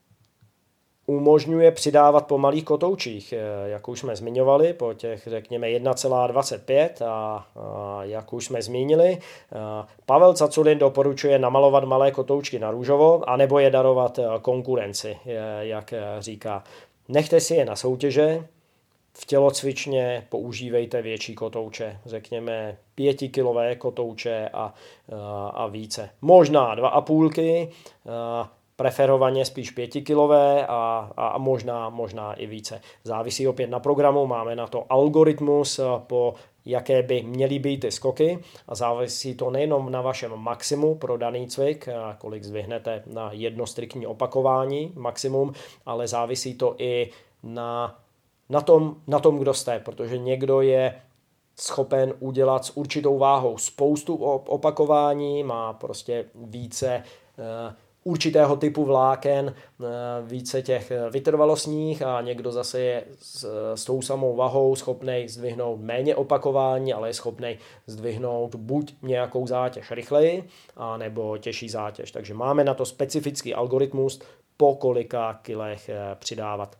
umožňuje přidávat po malých kotoučích, jak už jsme zmiňovali, po těch řekněme jedna celá dvacet pět a, a jak už jsme zmínili, Pavel Caculin doporučuje namalovat malé kotoučky na růžovo, anebo je darovat konkurenci, jak říká. Nechte si je na soutěže, v tělocvičně používejte větší kotouče, řekněme pětikilové kotouče a, a více. Možná dva a půlky, preferovaně spíš pětikilové a, a možná, možná i více. Závisí opět na programu, máme na to algoritmus, po jaké by měly být ty skoky a závisí to nejenom na vašem maximu pro daný cvik, kolik zdvihnete na jedno striktní opakování maximum, ale závisí to i na, na, tom, na tom, kdo jste, protože někdo je schopen udělat s určitou váhou spoustu opakování, má prostě více určitého typu vláken, více těch vytrvalostních a někdo zase je s, s tou samou vahou schopný zdvihnout méně opakování, ale je schopný zdvihnout buď nějakou zátěž rychleji, a nebo těžší zátěž. Takže máme na to specifický algoritmus, po kolika kilech přidávat.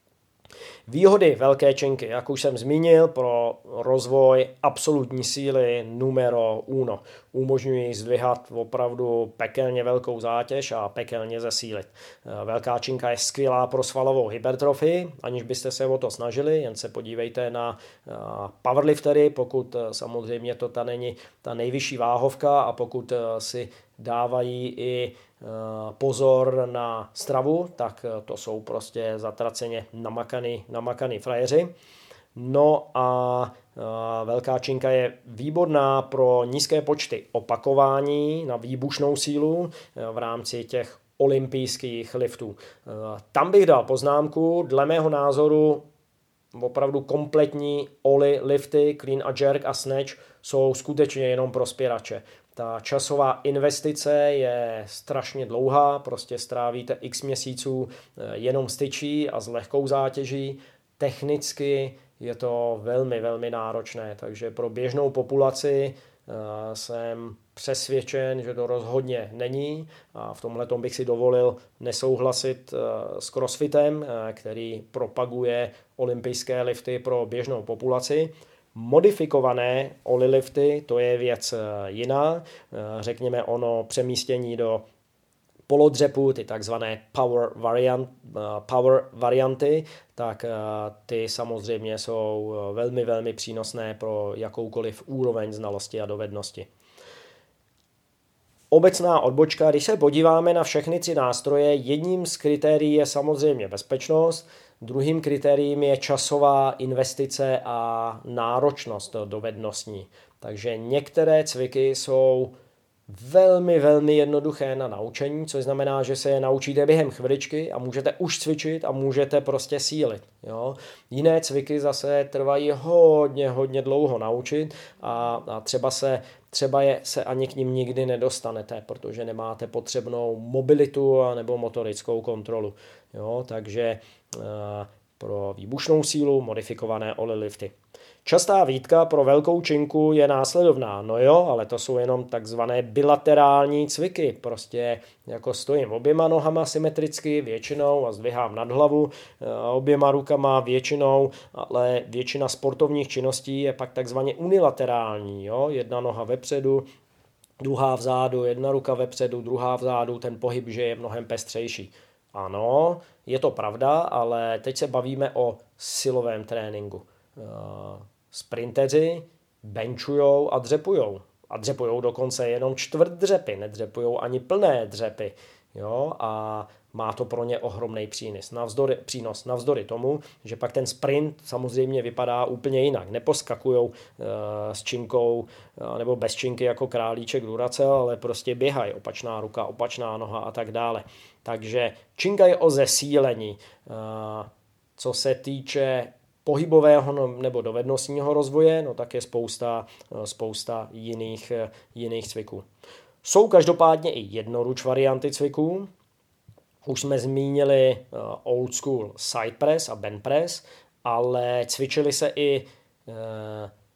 Výhody velké činky, jak už jsem zmínil, pro rozvoj absolutní síly numero uno. Umožňují zdvihat opravdu pekelně velkou zátěž a pekelně zesílit. Velká činka je skvělá pro svalovou hypertrofii, aniž byste se o to snažili, jen se podívejte na powerliftery, pokud samozřejmě to ta není ta nejvyšší váhovka a pokud si dávají i pozor na stravu, tak to jsou prostě zatraceně namakaný, namakaný frajeři. No a velká činka je výborná pro nízké počty opakování na výbušnou sílu v rámci těch olympijských liftů. Tam bych dal poznámku, dle mého názoru opravdu kompletní oli lifty, clean a jerk a snatch jsou skutečně jenom pro spěrače. Ta časová investice je strašně dlouhá, prostě strávíte x měsíců jenom s tyčí a s lehkou zátěží. Technicky je to velmi, velmi náročné, takže pro běžnou populaci jsem přesvědčen, že to rozhodně není a v tomhle bych si dovolil nesouhlasit s CrossFitem, který propaguje olympijské lifty pro běžnou populaci. Modifikované olilifty, to je věc jiná, řekněme ono přemístění do polodřepu, ty takzvané power, variant, power varianty, tak ty samozřejmě jsou velmi, velmi přínosné pro jakoukoliv úroveň znalosti a dovednosti. Obecná odbočka, když se podíváme na všechny tři nástroje, jedním z kritérií je samozřejmě bezpečnost, druhým kritériem je časová investice a náročnost dovednostní. Takže některé cviky jsou velmi, velmi jednoduché na naučení, což znamená, že se je naučíte během chviličky a můžete už cvičit a můžete prostě sílit. Jo? Jiné cviky zase trvají hodně, hodně dlouho naučit a, a třeba se třeba je, se ani k ním nikdy nedostanete, protože nemáte potřebnou mobilitu nebo motorickou kontrolu. Jo? Takže e, pro výbušnou sílu modifikované olilifty. Častá výtka pro velkou činku je následovná. No jo, ale to jsou jenom takzvané bilaterální cviky. Prostě jako stojím oběma nohama symetricky většinou a zdvihám nad hlavu oběma rukama většinou, ale většina sportovních činností je pak takzvaně unilaterální. Jo? Jedna noha vepředu, druhá vzadu, jedna ruka vepředu, druhá vzadu, ten pohyb, že je mnohem pestřejší. Ano, je to pravda, ale teď se bavíme o silovém tréninku. Sprinteři benchujou a dřepujou. A dřepujou dokonce jenom čtvrt dřepy, nedřepujou ani plné dřepy. Jo? A má to pro ně ohromný přínos. Navzdory, přínos. Navzdory tomu, že pak ten sprint samozřejmě vypadá úplně jinak. Neposkakujou uh, s činkou uh, nebo bez činky jako králíček Duracell, ale prostě běhají. Opačná ruka, opačná noha a tak dále. Takže činka je o zesílení. Uh, co se týče pohybového nebo dovednostního rozvoje, no tak je spousta, spousta jiných, jiných cviků. Jsou každopádně i jednoruč varianty cviků. Už jsme zmínili old school side press a bend press, ale cvičili se i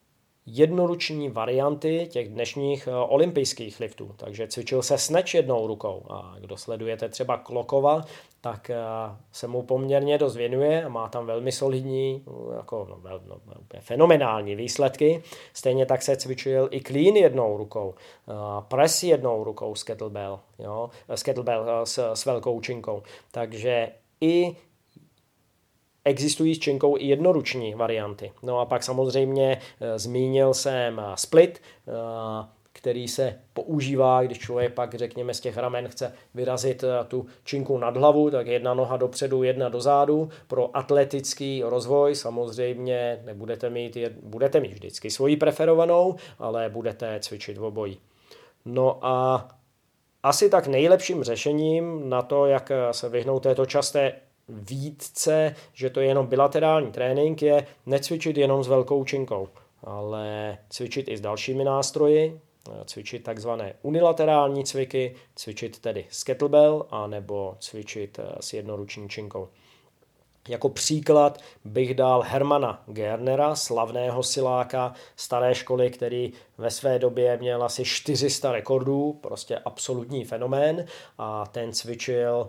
jednoruční varianty těch dnešních olympijských liftů. Takže cvičil se snatch jednou rukou. A kdo sledujete třeba Klokova, tak se mu poměrně dost věnuje a má tam velmi solidní, jako, no, no, fenomenální výsledky. Stejně tak se cvičil i clean jednou rukou, press jednou rukou s kettlebell, jo, s kettlebell s, s velkou činkou. Takže i existují s činkou i jednoruční varianty. No a pak samozřejmě e, zmínil jsem split, e, který se používá, když člověk pak, řekněme, z těch ramen chce vyrazit e, tu činku nad hlavu, tak jedna noha dopředu, jedna dozadu. Pro atletický rozvoj samozřejmě nebudete mít, budete mít vždycky svoji preferovanou, ale budete cvičit v obojí. No a asi tak nejlepším řešením na to, jak se vyhnout této časté výtce, že to je jenom bilaterální trénink, je necvičit jenom s velkou činkou, ale cvičit i s dalšími nástroji, cvičit takzvané unilaterální cviky, cvičit tedy s kettlebell a nebo cvičit s jednoruční činkou. Jako příklad bych dal Hermana Gernera, slavného siláka staré školy, který ve své době měl asi čtyři sta rekordů, prostě absolutní fenomén, a ten cvičil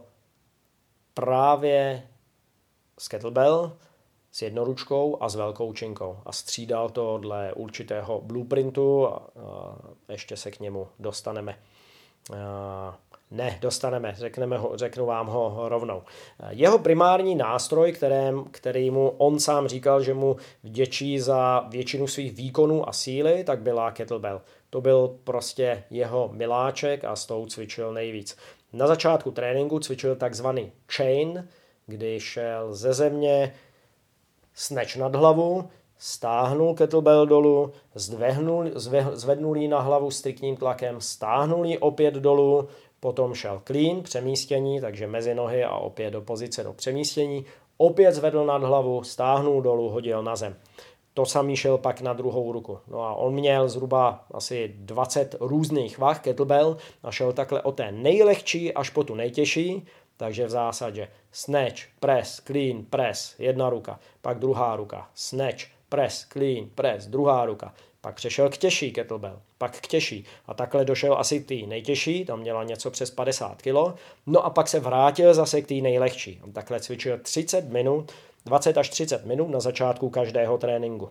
právě s kettlebell, s jednoručkou a s velkou činkou. A střídal to dle určitého blueprintu a, a ještě se k němu dostaneme. A, ne, dostaneme, řekneme ho, řeknu vám ho rovnou. Jeho primární nástroj, kterém, který mu on sám říkal, že mu vděčí za většinu svých výkonů a síly, tak byla kettlebell. To byl prostě jeho miláček a s tou cvičil nejvíc. Na začátku tréninku cvičil takzvaný chain, kdy šel ze země snatch nad hlavu, stáhnul kettlebell dolů, zdvehnul, zve, zvednul ji na hlavu striktním tlakem, stáhnul ji opět dolů, potom šel clean, přemístění, takže mezi nohy a opět do pozice do přemístění, opět zvedl nad hlavu, stáhnul dolů, hodil na zem. To samý šel pak na druhou ruku. No a on měl zhruba asi dvacet různých vah kettlebell a šel takhle od té nejlehčí až po tu nejtěžší, takže v zásadě snatch, press, clean, press, jedna ruka, pak druhá ruka, snatch, press, clean, press, druhá ruka, pak přešel k těžší kettlebell, pak k těžší a takhle došel asi k té nejtěžší, tam měla něco přes padesát kilo, no a pak se vrátil zase k té nejlehčí. On takhle cvičil třicet minut, dvacet až třicet minut na začátku každého tréninku.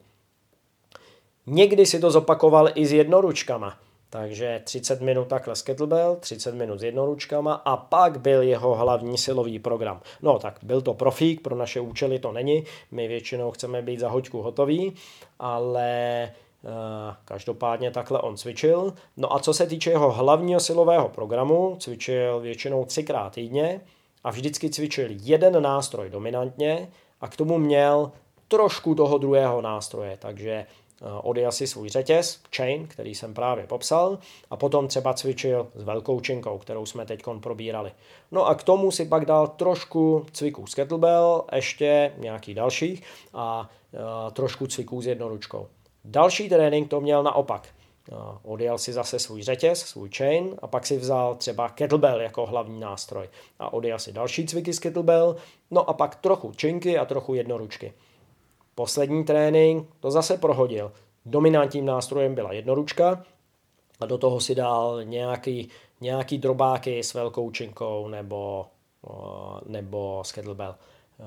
Někdy si to zopakoval i s jednoručkama, takže třicet minut takhle s kettlebell, třicet minut s jednoručkama a pak byl jeho hlavní silový program. No tak byl to profík, pro naše účely to není, my většinou chceme být za hoďku hotoví, ale uh, každopádně takhle on cvičil. No a co se týče jeho hlavního silového programu, cvičil většinou třikrát týdně a vždycky cvičil jeden nástroj dominantně a k tomu měl trošku toho druhého nástroje, takže odjel si svůj řetěz, chain, který jsem právě popsal, a potom třeba cvičil s velkou činkou, kterou jsme teď probírali. No a k tomu si pak dal trošku cviků s kettlebell, ještě nějaký dalších a uh, trošku cviků s jednoručkou. Další trénink to měl naopak. Uh, odjel si zase svůj řetěz, svůj chain a pak si vzal třeba kettlebell jako hlavní nástroj a odjel si další cviky s kettlebell, no a pak trochu činky a trochu jednoručky. Poslední trénink to zase prohodil. Dominantním nástrojem byla jednoručka a do toho si dal nějaký, nějaký drobáky s velkou činkou nebo, nebo s kettlebell.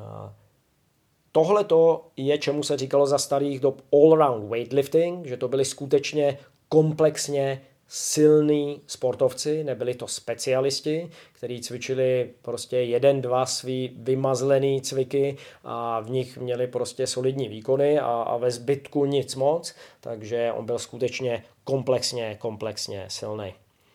Tohle to je, čemu se říkalo za starých dob all-round weightlifting, že to byly skutečně komplexně silní sportovci, nebyli to specialisti, kteří cvičili prostě jeden, dva svý vymazlený cviky a v nich měli prostě solidní výkony a, a ve zbytku nic moc, takže on byl skutečně komplexně, komplexně silný.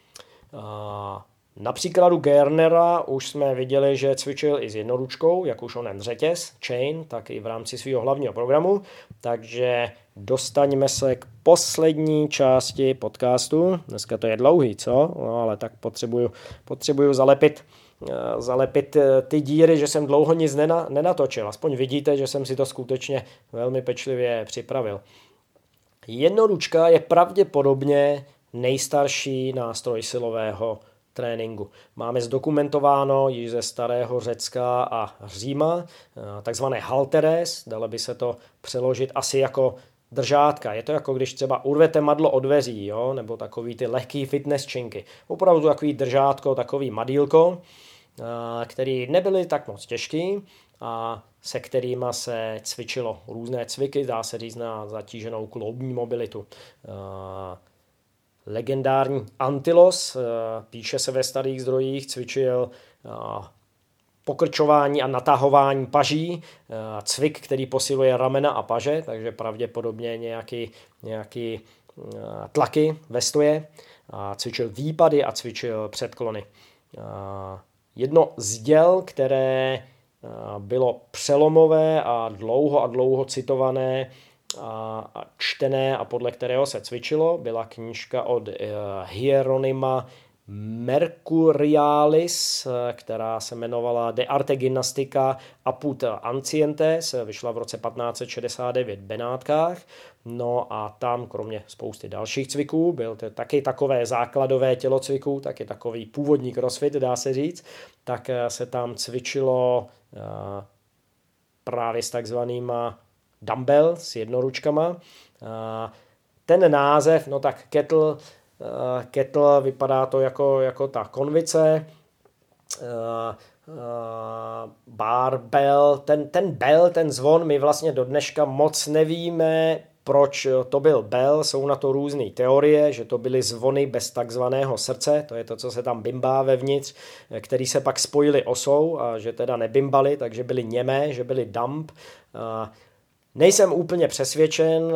A na příkladu Gernera už jsme viděli, že cvičil i s jednoručkou, jak už onen řetěz, chain, tak i v rámci svého hlavního programu, takže dostaňme se k poslední části podcastu. Dneska to je dlouhý, co? No, ale tak potřebuju, potřebuju zalepit, zalepit ty díry, že jsem dlouho nic nena, nenatočil. Aspoň vidíte, že jsem si to skutečně velmi pečlivě připravil. Jednoručka je pravděpodobně nejstarší nástroj silového tréninku. Máme zdokumentováno již ze starého Řecka a Říma, takzvané halteres, dalo by se to přeložit asi jako držátka. Je to jako když třeba urvete madlo od dveří, jo? Nebo takový ty lehký fitness činky. Opravdu takový držátko, takový madílko, který nebyly tak moc těžký a se kterýma se cvičilo různé cviky, dá se říct na zatíženou kloubní mobilitu. Legendární Antilos, píše se ve starých zdrojích, cvičil pokrčování a natahování paží, cvik, který posiluje ramena a paže, takže pravděpodobně nějaký, nějaký tlaky ve stoje. Cvičil výpady a cvičil předklony. Jedno z děl, které bylo přelomové a dlouho a dlouho citované a čtené a podle kterého se cvičilo, byla knížka od Hieronyma Mercurialis, která se jmenovala De arte gymnastica apud ancientes, vyšla v roce patnáct set šedesát devět v Benátkách. No a tam kromě spousty dalších cviků, byl to taky takové základové tělocviků, taky takový původní crossfit, dá se říct, tak se tam cvičilo právě s takzvanýma dumbbell, s jednoručkama. Ten název, no tak kettle, kettle vypadá to jako, jako ta konvice, barbell, ten, ten bell, ten zvon, my vlastně do dneška moc nevíme, proč to byl bell, jsou na to různé teorie, že to byly zvony bez takzvaného srdce, to je to, co se tam bimbá vevnitř, který se pak spojili osou a že teda nebimbaly, takže byly němé, že byly dumb. Nejsem úplně přesvědčen,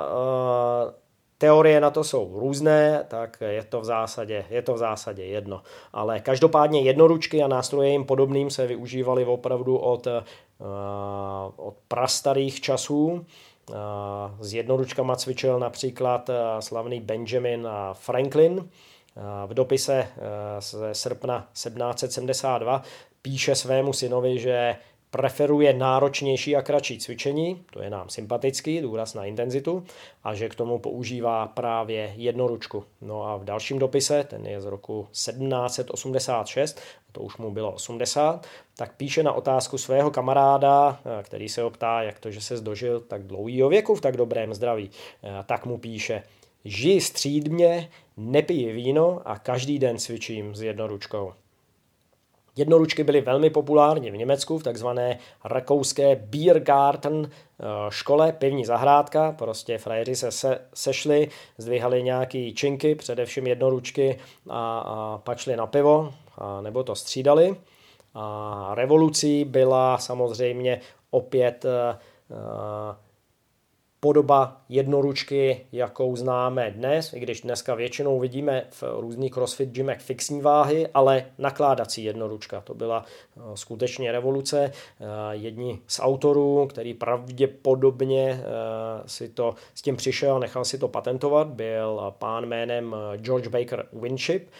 teorie na to jsou různé, tak je to v zásadě, je to v zásadě jedno. Ale každopádně jednoručky a nástroje jim podobným se využívaly opravdu od, od prastarých časů. S jednoručkama cvičil například slavný Benjamin Franklin. V dopise ze srpna sedmnáct set sedmdesát dva píše svému synovi, že preferuje náročnější a kratší cvičení, to je nám sympatický, důraz na intenzitu, a že k tomu používá právě jednoručku. No a v dalším dopise, ten je z roku sedmnáct set osmdesát šest, to už mu bylo osmdesát, tak píše na otázku svého kamaráda, který se ho ptá, jak to, že se dožil tak dlouhýho věku v tak dobrém zdraví, tak mu píše: žij střídmě, nepij víno a každý den cvičím s jednoručkou. Jednoručky byly velmi populární v Německu v takzvané rakouské Biergarten škole, pivní zahrádka, prostě frajeři se, se sešli, zdvihali nějaký činky, především jednoručky a, a pak šli na pivo, a nebo to střídali. A revolucí byla samozřejmě opět a, podoba jednoručky, jakou známe dnes, i když dneska většinou vidíme v různých crossfit gymech fixní váhy, ale nakládací jednoručka. To byla skutečně revoluce. Jedni z autorů, který pravděpodobně si to s tím přišel a nechal si to patentovat, byl pán jménem George Baker Winship.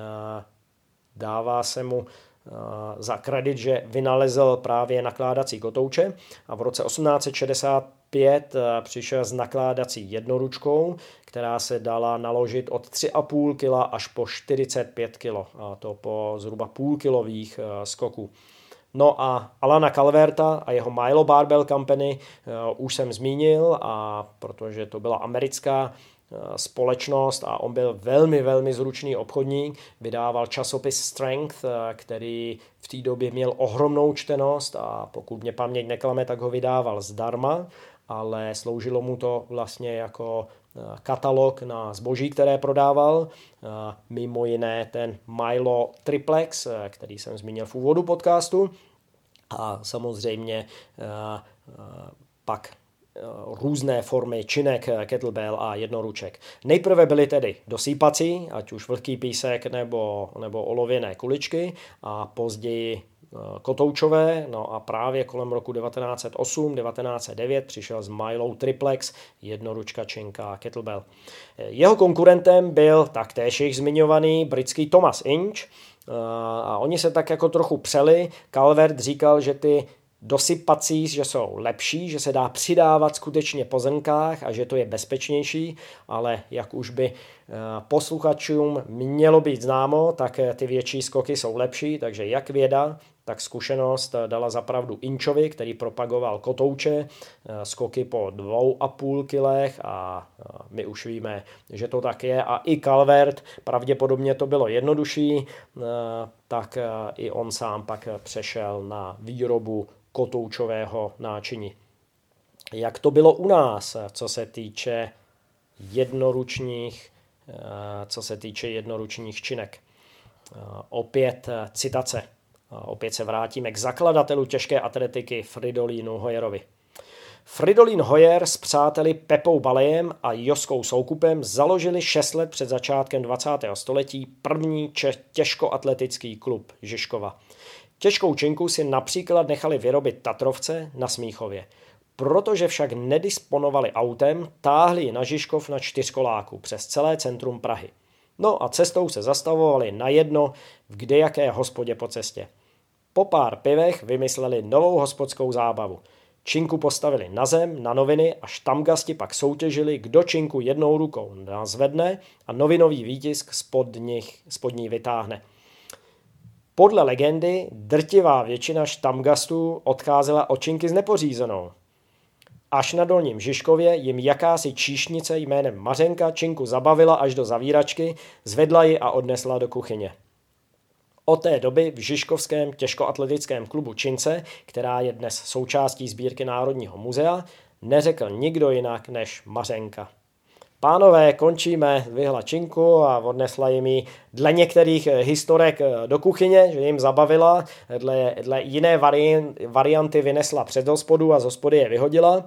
Dává se mu za kredit, že vynalezl právě nakládací kotouče a v roce osmnáct set šedesát pět přišel s nakládací jednoručkou, která se dala naložit od tři a půl kila až po čtyřicet pět kilo, a to po zhruba půlkilových skoků. No a Alana Calverta a jeho Milo Barbell Company už jsem zmínil, a protože to byla americká společnost a on byl velmi, velmi zručný obchodník, vydával časopis Strength, který v té době měl ohromnou čtenost a pokud mě paměť neklame, tak ho vydával zdarma, ale sloužilo mu to vlastně jako katalog na zboží, které prodával. Mimo jiné ten Milo Triplex, který jsem zmínil v úvodu podcastu, a samozřejmě pak různé formy činek, kettlebell a jednoruček. Nejprve byly tedy dosýpací, ať už vlhký písek nebo, nebo olověné kuličky, a později kotoučové, no a právě kolem roku devatenáct set osm devatenáct set devět přišel z Milo Triplex, jednoručka, činka a kettlebell. Jeho konkurentem byl taktéž již zmiňovaný britský Thomas Inch a oni se tak jako trochu přeli. Calvert říkal, že ty dosypací, že jsou lepší, že se dá přidávat skutečně po zrnkách a že to je bezpečnější, ale jak už by posluchačům mělo být známo, tak ty větší skoky jsou lepší, takže jak věda, tak zkušenost dala zapravdu Inčovi, který propagoval kotouče, skoky po dvou a půl kilech a my už víme, že to tak je. A i Calvert, pravděpodobně to bylo jednodušší, tak i on sám pak přešel na výrobu kotoučového náčiní. Jak to bylo u nás, co se týče jednoručních, co se týče jednoručních činek? Opět citace. Opět se vrátíme k zakladatelu těžké atletiky Fridolínu Hoyerovi. Fridolin Hoyer s přáteli Pepou Balejem a Joskou Soukupem založili šest let před začátkem dvacátého století první těžkoatletický klub Žižkova. Těžkou činku si například nechali vyrobit Tatrovce na Smíchově. Protože však nedisponovali autem, táhli ji na Žižkov na čtyřkoláku přes celé centrum Prahy. No a cestou se zastavovali na jedno v kdejaké hospodě po cestě. Po pár pivech vymysleli novou hospodskou zábavu. Činku postavili na zem, na noviny a štamgasti pak soutěžili, kdo činku jednou rukou nazvedne a novinový výtisk spod, nich, spod ní vytáhne. Podle legendy drtivá většina štamgastů odcházela od činky s nepořízenou. Až na Dolním Žižkově jim jakási číšnice jménem Mařenka činku zabavila až do zavíračky, zvedla ji a odnesla do kuchyně. Od té doby v Žižkovském těžkoatletickém klubu Čince, která je dnes součástí sbírky Národního muzea, neřekl nikdo jinak než Mařenka. Pánové, končíme, vyhla činku a odnesla jim ji dle některých historek do kuchyně, že jim zabavila, dle, dle jiné varianty vynesla před hospodu a z hospody je vyhodila.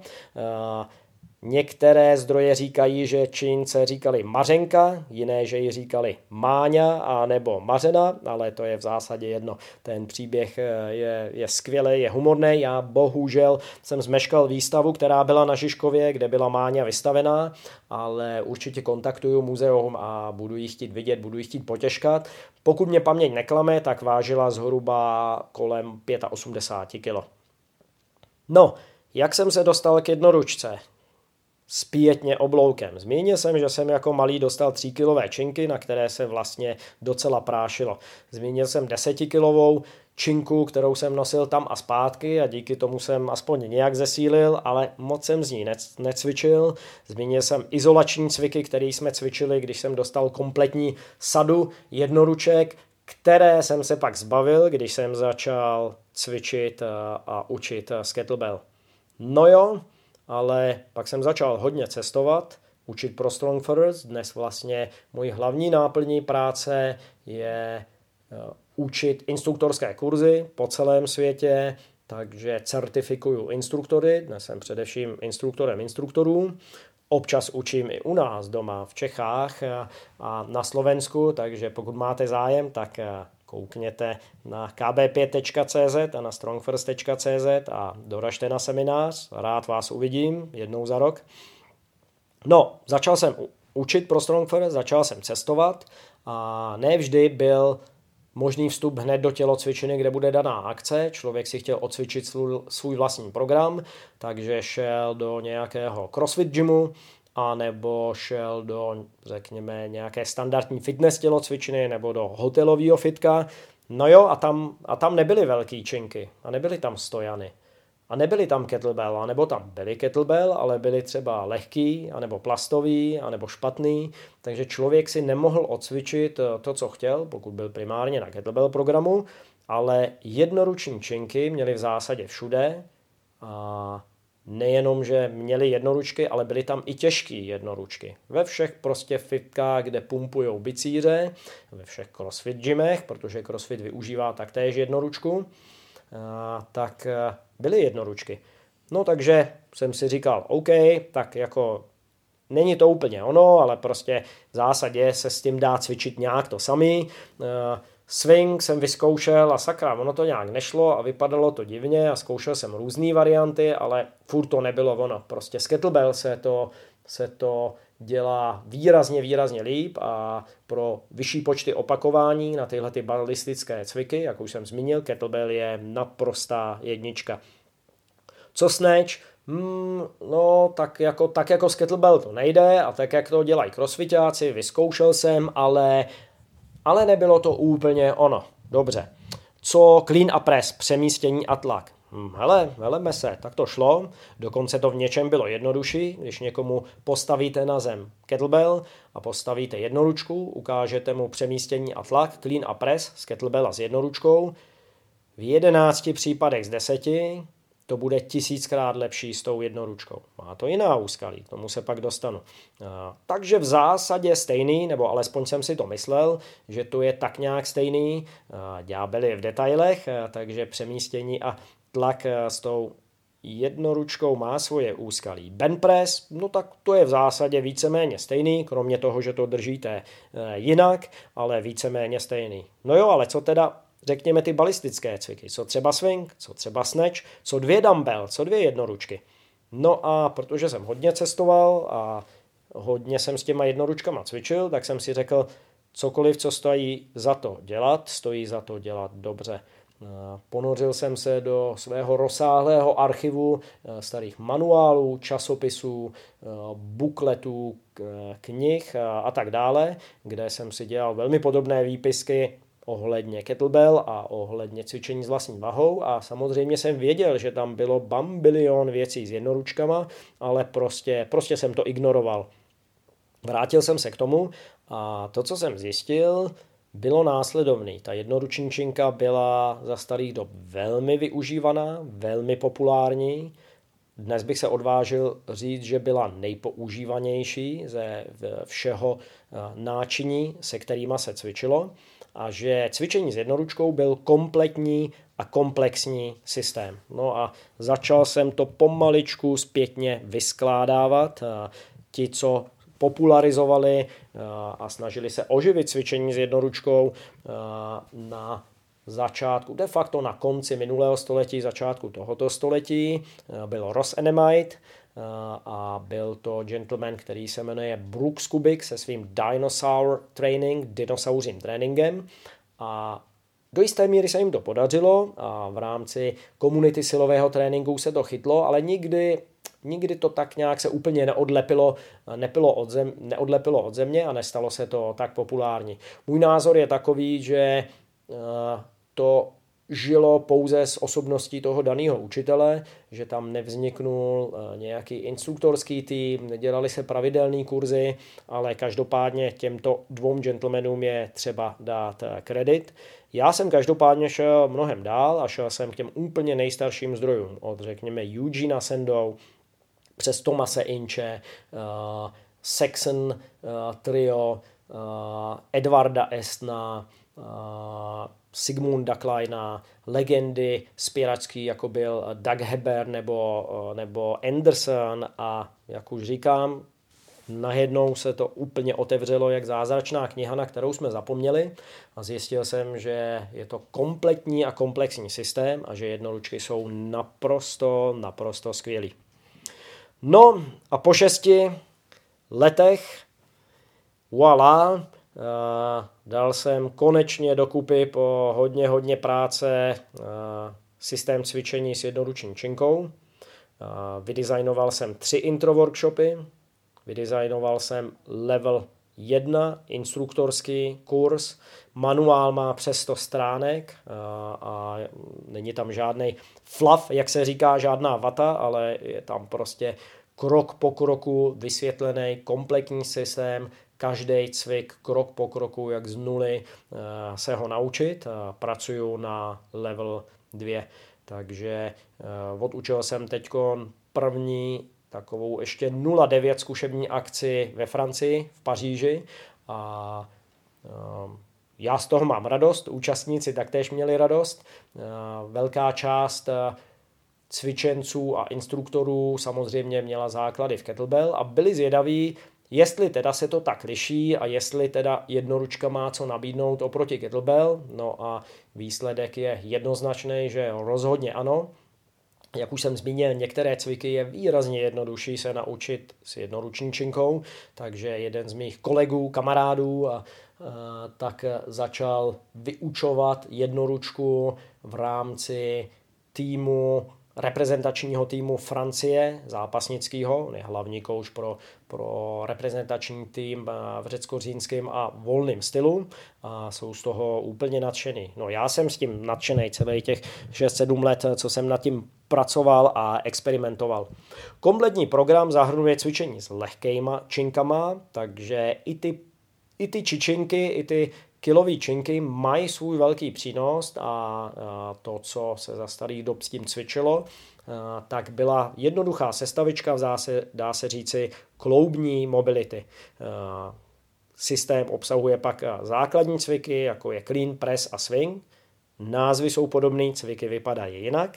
Některé zdroje říkají, že Čince říkali Mařenka, jiné, že ji říkali Máňa a nebo Mařena, ale to je v zásadě jedno. Ten příběh je, je skvělý, je humorný. Já bohužel jsem zmeškal výstavu, která byla na Žižkově, kde byla Máňa vystavená, ale určitě kontaktuju muzeum a budu ji chtít vidět, budu ji chtít potěžkat. Pokud mě paměť neklame, tak vážila zhruba kolem osmdesát pět kilo. No, jak jsem se dostal k jednoručce? Zpětně obloukem. Zmínil jsem, že jsem jako malý dostal tříkilové činky, na které se vlastně docela prášilo. Zmínil jsem desetikilovou činku, kterou jsem nosil tam a zpátky a díky tomu jsem aspoň nějak zesílil, ale moc jsem z ní necvičil. Zmínil jsem izolační cviky, které jsme cvičili, když jsem dostal kompletní sadu jednoruček, které jsem se pak zbavil, když jsem začal cvičit a učit z kettlebell. No jo, ale pak jsem začal hodně cestovat, učit pro Strong First. Dnes vlastně mojí hlavní náplní práce je učit instruktorské kurzy po celém světě, takže certifikuju instruktory. Dnes jsem především instruktorem instruktorů. Občas učím i u nás doma v Čechách a na Slovensku, takže pokud máte zájem, tak koukněte na k b pět tečka cé zet a na strongfirst tečka cé zet a doražte na seminář. Rád vás uvidím jednou za rok. No, začal jsem učit pro StrongFirst, začal jsem cestovat a ne vždy byl možný vstup hned do tělocvičny, kde bude daná akce. Člověk si chtěl odcvičit svůj, svůj vlastní program, takže šel do nějakého CrossFit gymu, a nebo šel do, řekněme, nějaké standardní fitness tělocvičny nebo do hotelového fitka. No jo, a tam, a tam nebyly velký činky a nebyly tam stojany. A nebyly tam kettlebell, a nebo tam byly kettlebell, ale byly třeba lehký, anebo plastový, anebo špatný, takže člověk si nemohl odcvičit to, co chtěl, pokud byl primárně na kettlebell programu, ale jednoruční činky měli v zásadě všude a nejenom, že měli jednoručky, ale byly tam i těžký jednoručky. Ve všech prostě fitkách, kde pumpujou bicíře, ve všech crossfit gymech, protože crossfit využívá taktéž jednoručku, tak byly jednoručky. No takže jsem si říkal, OK, tak jako není to úplně ono, ale prostě v zásadě se s tím dá cvičit nějak to samý. Swing jsem vyzkoušel a sakra, ono to nějak nešlo a vypadalo to divně a zkoušel jsem různé varianty, ale furt to nebylo ono. Prostě s kettlebell se to, se to dělá výrazně, výrazně líp a pro vyšší počty opakování na tyhle ty balistické cviky, jak už jsem zmínil, kettlebell je naprostá jednička. Co snatch? Hmm, no, tak jako, tak jako z kettlebell to nejde a tak, jak to dělají crossfitáci, vyzkoušel jsem, ale, ale nebylo to úplně ono. Dobře. Co clean a press, přemístění a tlak? Hm, hele, veleme se, tak to šlo, dokonce to v něčem bylo jednodušší, když někomu postavíte na zem kettlebell a postavíte jednoručku, ukážete mu přemístění a tlak, clean a press z kettlebella s jednoručkou, v jedenácti případech z deseti to bude tisíckrát lepší s tou jednoručkou. Má to jiná úskalí, k tomu se pak dostanu. Takže v zásadě stejný, nebo alespoň jsem si to myslel, že to je tak nějak stejný, ďábel je v detailech, takže přemístění a tlak s tou jednoručkou má svoje úskalí. Bench press, no tak to je v zásadě víceméně stejný, kromě toho, že to držíte jinak, ale víceméně stejný. No jo, ale co teda řekněme ty balistické cviky, co třeba swing, co třeba snatch, co dvě dumbbell, co dvě jednoručky. No a protože jsem hodně cestoval a hodně jsem s těma jednoručkama cvičil, tak jsem si řekl, cokoliv, co stojí za to dělat, stojí za to dělat dobře. Ponořil jsem se do svého rozsáhlého archivu starých manuálů, časopisů, bukletů, knih a tak dále, kde jsem si dělal velmi podobné výpisky ohledně kettlebell a ohledně cvičení s vlastní vahou a samozřejmě jsem věděl, že tam bylo bambilion věcí s jednoručkama, ale prostě, prostě jsem to ignoroval. Vrátil jsem se k tomu a to, co jsem zjistil, bylo následovný. Ta jednoruční činka byla za starých dob velmi využívaná, velmi populární. Dnes bych se odvážil říct, že byla nejpoužívanější ze všeho náčiní, se kterýma se cvičilo, a že cvičení s jednoručkou byl kompletní a komplexní systém. No a začal jsem to pomaličku zpětně vyskládávat. Ti, co popularizovali a snažili se oživit cvičení s jednoručkou na začátku, de facto na konci minulého století, začátku tohoto století, byl Ross Enamait a byl to gentleman, který se jmenuje Brooks Kubik se svým Dinosaur Training, dinosauřím tréninkem, a do jisté míry se jim to podařilo a v rámci komunity silového tréninku se to chytlo, ale nikdy, nikdy to tak nějak se úplně neodlepilo, nepilo od zem, neodlepilo od země a nestalo se to tak populární. Můj názor je takový, že to žilo pouze s osobností toho daného učitele, že tam nevzniknul nějaký instruktorský tým, nedělali se pravidelné kurzy, ale každopádně těmto dvou gentlemanům je třeba dát kredit. Já jsem každopádně šel mnohem dál a šel jsem k těm úplně nejstarším zdrojům, od řekněme Eugena Sandou přes Thomase Inche, uh, Saxon uh, Trio, uh, Edwarda Estna, uh, Sigmunda Kleina, legendy zpěvačský, jako byl Doug Heber nebo, nebo Anderson, a jak už říkám, najednou se to úplně otevřelo jak zázračná kniha, na kterou jsme zapomněli, a zjistil jsem, že je to kompletní a komplexní systém a že jednoručky jsou naprosto, naprosto skvělý. No a po šesti letech, voilà, Uh, dal jsem konečně dokupy po hodně, hodně práce uh, systém cvičení s jednoruční činkou. Uh, vydizajnoval jsem tři intro workshopy, vydizajnoval jsem level jedna instruktorský kurz, manuál má přes sto stránek uh, a není tam žádný fluff, jak se říká, žádná vata, ale je tam prostě krok po kroku vysvětlený kompletní systém, každý cvik krok po kroku, jak z nuly se ho naučit. Pracuju na level dva, takže odučil jsem teď první takovou ještě nula devět zkušební akci ve Francii, v Paříži, a já z toho mám radost, účastníci taktéž měli radost. Velká část cvičenců a instruktorů samozřejmě měla základy v kettlebell a byli zvědaví, jestli teda se to tak liší a jestli teda jednoručka má co nabídnout oproti kettlebell. No a výsledek je jednoznačný, že rozhodně ano. Jak už jsem zmínil, některé cviky je výrazně jednodušší se naučit s jednoruční činkou, takže jeden z mých kolegů, kamarádů a, a, tak začal vyučovat jednoručku v rámci týmu reprezentačního týmu Francie, zápasnického, on je hlavní kouč pro, pro reprezentační tým v řecko-římském a volném stylu a jsou z toho úplně nadšený. No já jsem s tím nadšený celý těch šest sedm let, co jsem nad tím pracoval a experimentoval. Kompletní program zahrnuje cvičení s lehkýma činkama, takže i ty, i ty čičinky, i ty kilové činky mají svůj velký přínos a to, co se za starých dob s tím cvičilo, tak byla jednoduchá sestavička, zase, dá se říci kloubní mobility. Systém obsahuje pak základní cviky, jako je clean, press a swing. Názvy jsou podobné, cviky vypadají jinak.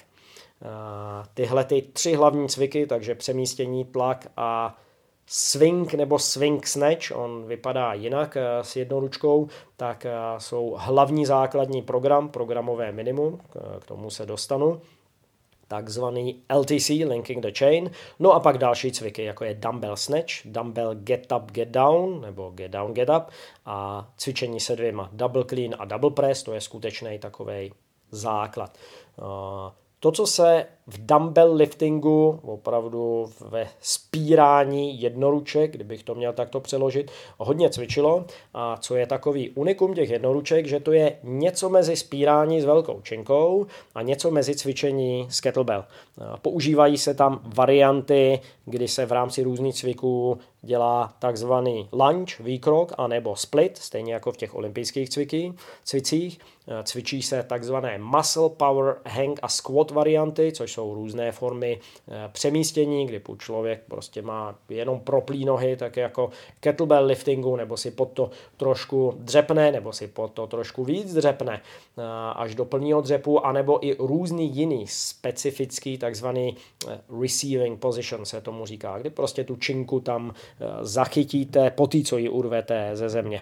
Tyhle ty tři hlavní cviky, takže přemístění, tlak a swing nebo swing snatch, on vypadá jinak s jednou ručkou, tak jsou hlavní základní program, programové minimum, k tomu se dostanu, takzvaný L T C, linking the chain, no a pak další cviky, jako je dumbbell snatch, dumbbell get up, get down, nebo get down, get up a cvičení se dvěma, double clean a double press, to je skutečný takovej základ. To, co se v dumbbell liftingu, opravdu ve spírání jednoruček, kdybych to měl takto přeložit, hodně cvičilo a co je takový unikum těch jednoruček, že to je něco mezi spírání s velkou činkou a něco mezi cvičení s kettlebell. Používají se tam varianty, kdy se v rámci různých cviků dělá takzvaný lunge, výkrok, anebo split, stejně jako v těch olympijských cviky, cvicích. Cvičí se takzvané muscle, power, hang a squat varianty, což jsou různé formy přemístění, kdy člověk prostě má jenom proplí nohy, tak jako kettlebell liftingu, nebo si pod to trošku dřepne, nebo si pod to trošku víc dřepne, až do plného dřepu, anebo i různý jiný specifický takzvaný receiving position se tomu říká, kdy prostě tu činku tam zachytíte po té, co ji urvete ze země.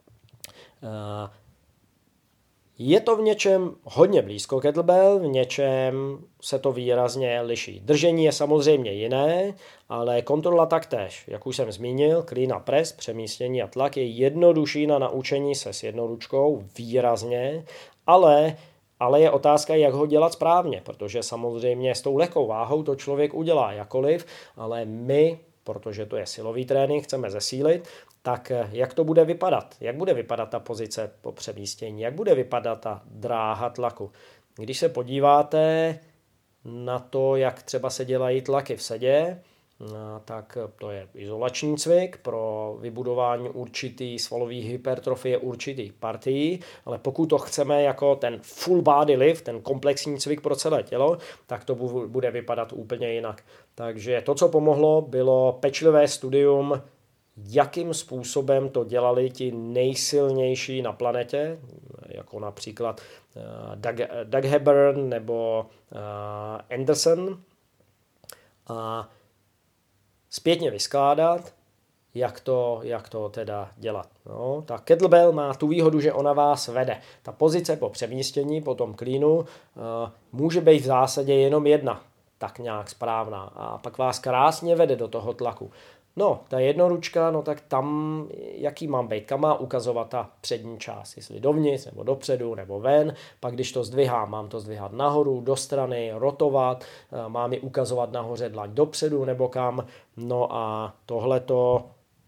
Je to v něčem hodně blízko kettlebell, v něčem se to výrazně liší. Držení je samozřejmě jiné, ale kontrola taktéž. Jak už jsem zmínil, clean a press, přemístění a tlak je jednodušší na naučení se s jednou ručkou výrazně, ale, ale je otázka, jak ho dělat správně, protože samozřejmě s tou lehkou váhou to člověk udělá jakoliv, ale my, protože to je silový trénink, chceme zesílit, tak jak to bude vypadat? Jak bude vypadat ta pozice po přemístění? Jak bude vypadat ta dráha tlaku? Když se podíváte na to, jak třeba se dělají tlaky v sedě, tak to je izolační cvik pro vybudování určitý svalový hypertrofie určitých partií, ale pokud to chceme jako ten full body lift, ten komplexní cvik pro celé tělo, tak to bude vypadat úplně jinak. Takže to, co pomohlo, bylo pečlivé studium, jakým způsobem to dělali ti nejsilnější na planetě, jako například Doug, Doug Hepburn nebo Anderson, a zpětně vyskládat, jak to, jak to teda dělat. No, ta kettlebell má tu výhodu, že ona vás vede. Ta pozice po přemístění, po tom cleanu, může být v zásadě jenom jedna, tak nějak správná. A pak vás krásně vede do toho tlaku. No, ta jednoručka, no tak tam, jaký mám být, kam má ukazovat ta přední část, jestli dovnitř, nebo dopředu, nebo ven, pak když to zdvihám, mám to zdvihat nahoru, do strany, rotovat, mám ji ukazovat nahoře dlaň dopředu, nebo kam, no a tohleto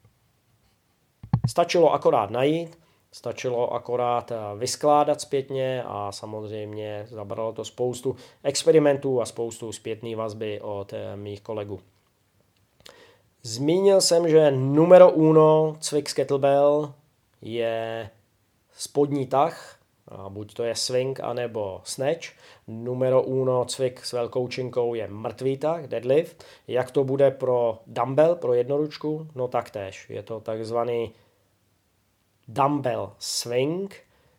stačilo akorát najít, stačilo akorát vyskládat zpětně a samozřejmě zabralo to spoustu experimentů a spoustu zpětné vazby od mých kolegů. Zmínil jsem, že numero uno cvik z kettlebell je spodní tah, buď to je swing, anebo snatch. Numero uno cvik s velkou činkou je mrtvý tah, deadlift. Jak to bude pro dumbbell, pro jednoručku? No taktéž. Je to takzvaný dumbbell swing.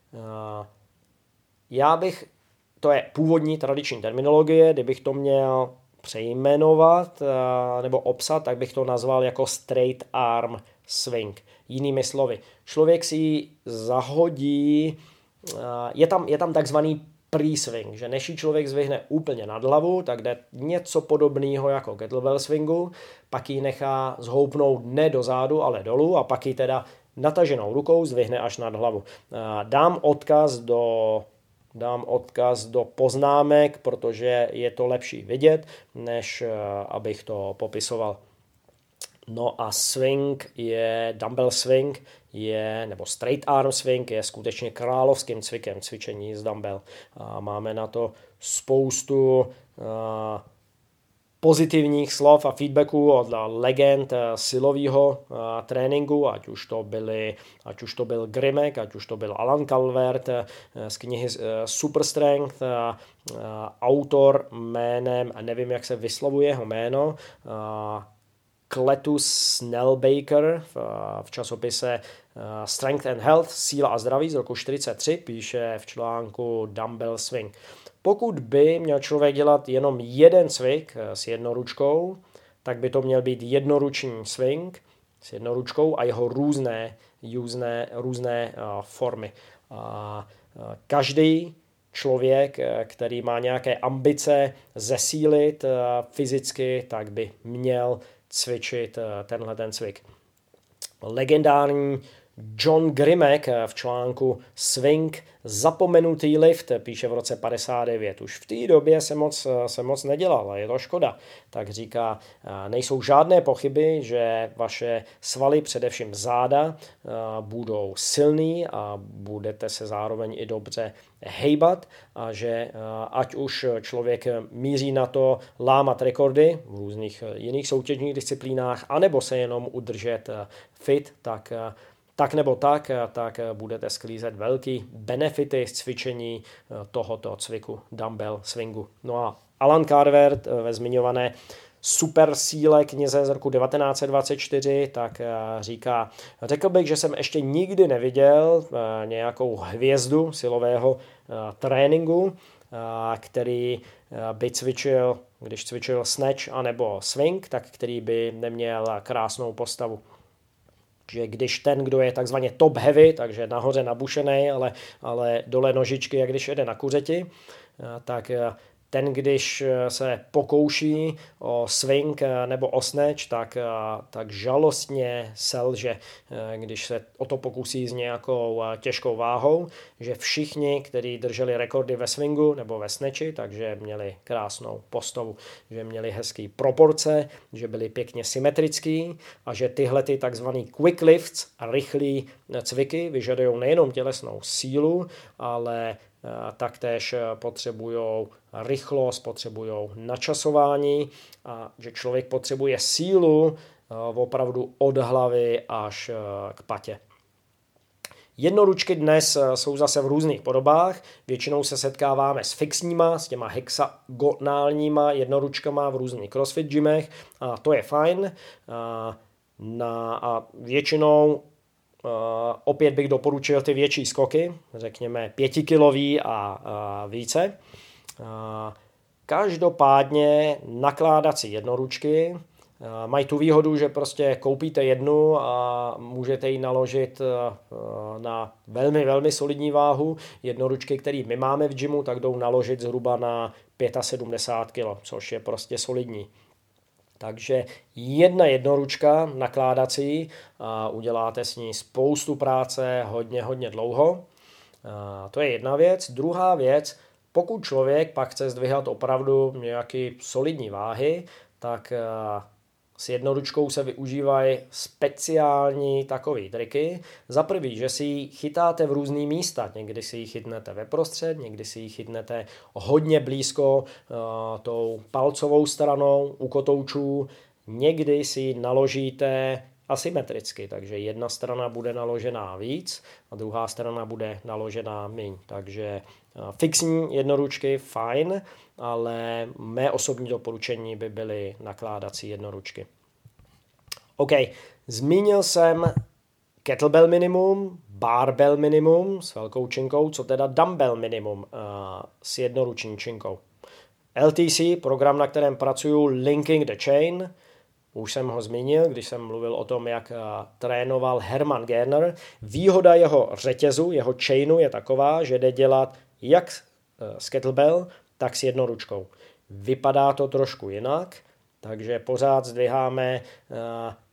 Já bych, to je původní tradiční terminologie, kdybych to měl přejmenovat nebo obsat, tak bych to nazval jako straight arm swing. Jinými slovy, člověk si ji zahodí, je tam, je tam takzvaný pre-swing, že než ji člověk zvihne úplně nad hlavu, tak jde něco podobného jako kettlebell swingu, pak ji nechá zhoupnout ne do zádu, ale dolů a pak ji teda nataženou rukou zvihne až nad hlavu. Dám odkaz do dám odkaz do poznámek, protože je to lepší vidět, než abych to popisoval. No a swing je, dumbbell swing je, nebo straight arm swing je skutečně královským cvikem, cvičení z dumbbell. A máme na to spoustu uh, pozitivních slov a feedbacků od legend silového tréninku, ať už to byly, ať už to byl Grimek, ať už to byl Alan Calvert z knihy Super Strength, autor jménem, nevím, jak se vyslovuje jeho jméno, Cletus Snellbaker v časopise Strength and Health, síla a zdraví z roku čtyřicet tři píše v článku Dumbbell Swing. Pokud by měl člověk dělat jenom jeden cvik s jednoručkou, tak by to měl být jednoruční swing s jednoručkou a jeho různé, různé, různé formy. Každý člověk, který má nějaké ambice zesílit fyzicky, tak by měl cvičit tenhle ten cvik. Legendární John Grimek v článku Swing zapomenutý lift píše v roce padesát devět. Už v té době se moc, se moc nedělal, je to škoda. Tak říká, nejsou žádné pochyby, že vaše svaly, především záda, budou silný a budete se zároveň i dobře hejbat a že ať už člověk míří na to lámat rekordy v různých jiných soutěžních disciplínách, anebo se jenom udržet fit, tak tak nebo tak, tak budete sklízet velký benefity z cvičení tohoto cviku dumbbell swingu. No a Alan Calvert ve zmiňované super síle knize z roku devatenáct set dvacet čtyři, tak říká, řekl bych, že jsem ještě nikdy neviděl nějakou hvězdu silového tréninku, který by cvičil, když cvičil snatch anebo swing, tak který by neměl krásnou postavu. Že když ten, kdo je takzvaně top heavy, takže nahoře nabušený, ale, ale dole nožičky, jak když jede na kuřeti, tak ten, když se pokouší o swing nebo o snatch, tak, tak žalostně selže, když se o to pokusí s nějakou těžkou váhou, že všichni, kteří drželi rekordy ve swingu nebo ve snatchi, takže měli krásnou postavu, že měli hezký proporce, že byli pěkně symetrický a že tyhle ty takzvaný quick lifts a rychlý cviky vyžadují nejenom tělesnou sílu, ale taktéž potřebují rychlost, potřebují načasování a že člověk potřebuje sílu opravdu od hlavy až k patě. Jednoručky dnes jsou zase v různých podobách, většinou se setkáváme s fixníma, s těma hexagonálníma jednoručkama v různých crossfit gymech a to je fajn. Na, a většinou Uh, opět bych doporučil ty větší skoky, řekněme pětikilový a, a více. Uh, každopádně nakládací jednoručky uh, mají tu výhodu, že prostě koupíte jednu a můžete ji naložit uh, na velmi, velmi solidní váhu. Jednoručky, které my máme v gymu, tak jdou naložit zhruba na sedmdesát pět kilogramů, což je prostě solidní. Takže jedna jednoručka nakládací a uděláte s ní spoustu práce hodně, hodně dlouho. A to je jedna věc. Druhá věc, pokud člověk pak chce zdvihat opravdu nějaký solidní váhy, tak s jednoručkou se využívají speciální takové triky. Za prvý, že si ji chytáte v různý místa. Někdy si ji chytnete ve prostřed, někdy si ji chytnete hodně blízko uh, tou palcovou stranou u kotoučů. Někdy si ji naložíte asymetricky, takže jedna strana bude naložená víc a druhá strana bude naložená míň. Takže uh, fixní jednoručky fajn, ale mé osobní doporučení by byly nakládací jednoručky. OK, zmínil jsem kettlebell minimum, barbell minimum s velkou činkou, co teda dumbbell minimum uh, s jednoruční činkou. L T C, program, na kterém pracuju, Linking the Chain, už jsem ho zmínil, když jsem mluvil o tom, jak uh, trénoval Hermann Gerner. Výhoda jeho řetězu, jeho chainu je taková, že jde dělat jak uh, s kettlebell, tak s jednoručkou. Vypadá to trošku jinak, takže pořád zdviháme uh,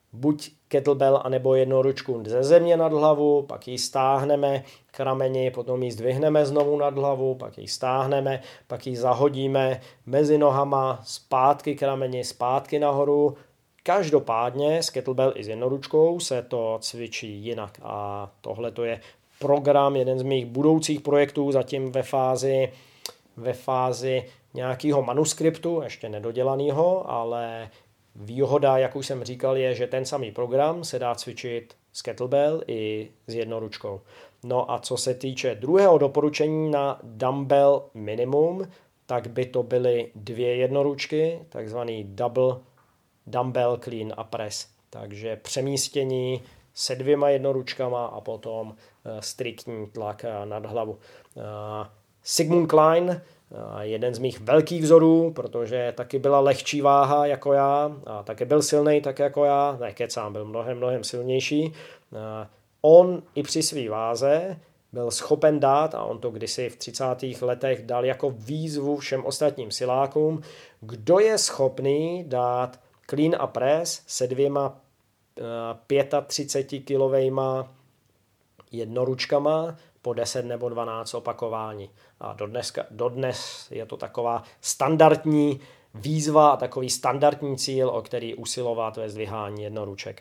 buď kettlebell, anebo jednoručku ze země nad hlavu, pak ji stáhneme k rameni, potom ji zdvihneme znovu nad hlavu, pak ji stáhneme, pak ji zahodíme mezi nohama, zpátky k rameni, zpátky nahoru. Každopádně s kettlebell i s jednoručkou se to cvičí jinak a tohle to je program, jeden z mých budoucích projektů, zatím ve fázi, ve fázi nějakého manuskriptu, ještě nedodělaného, ale výhoda, jak už jsem říkal, je, že ten samý program se dá cvičit s kettlebell i s jednoručkou. No a co se týče druhého doporučení na dumbbell minimum, tak by to byly dvě jednoručky, takzvaný double dumbbell clean a press. Takže přemístění se dvěma jednoručkama a potom striktní tlak nad hlavu. Sigmund Klein, jeden z mých velkých vzorů, protože taky byla lehčí váha jako já a taky byl silný tak jako já, ne kecám, byl mnohem, mnohem silnější. On i při své váze byl schopen dát, a on to kdysi v třicátých letech dal jako výzvu všem ostatním silákům, kdo je schopný dát clean a press se dvěma třicetipětikilovejma jednoručkama po deset nebo dvanáct opakování. A dodnes, dodnes je to taková standardní výzva a takový standardní cíl, o který usilovat ve zdvihání jednoruček.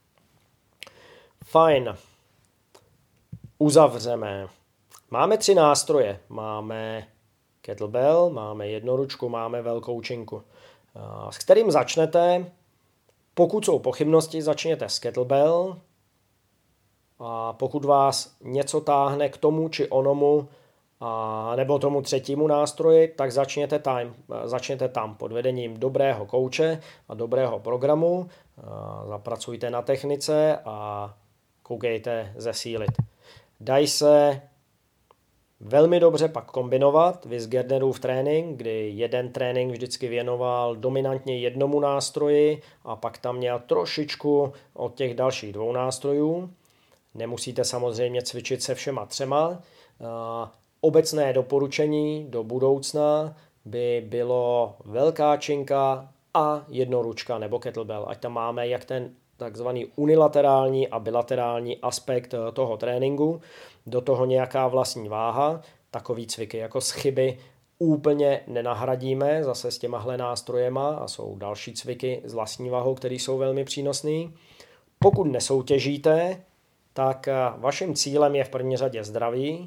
Fajn. Uzavřeme. Máme tři nástroje. Máme kettlebell, máme jednoručku, máme velkou činku. S kterým začnete? Pokud jsou pochybnosti, začněte s kettlebell. A pokud vás něco táhne k tomu či onomu, a nebo tomu třetímu nástroji, tak začněte tam, začněte tam pod vedením dobrého kouče a dobrého programu. A zapracujte na technice a koukejte zesílit. Dají se velmi dobře pak kombinovat vis Gardnerův trénink, kdy jeden trénink vždycky věnoval dominantně jednomu nástroji a pak tam měl trošičku od těch dalších dvou nástrojů. Nemusíte samozřejmě cvičit se všema třema. Obecné doporučení do budoucna by bylo velká činka a jednoručka nebo kettlebell. Ať tam máme jak ten takzvaný unilaterální a bilaterální aspekt toho tréninku, do toho nějaká vlastní váha, takový cviky jako schyby úplně nenahradíme zase s těmahle nástrojema a jsou další cviky s vlastní váhou, které jsou velmi přínosný. Pokud nesoutěžíte, tak vaším cílem je v první řadě zdraví,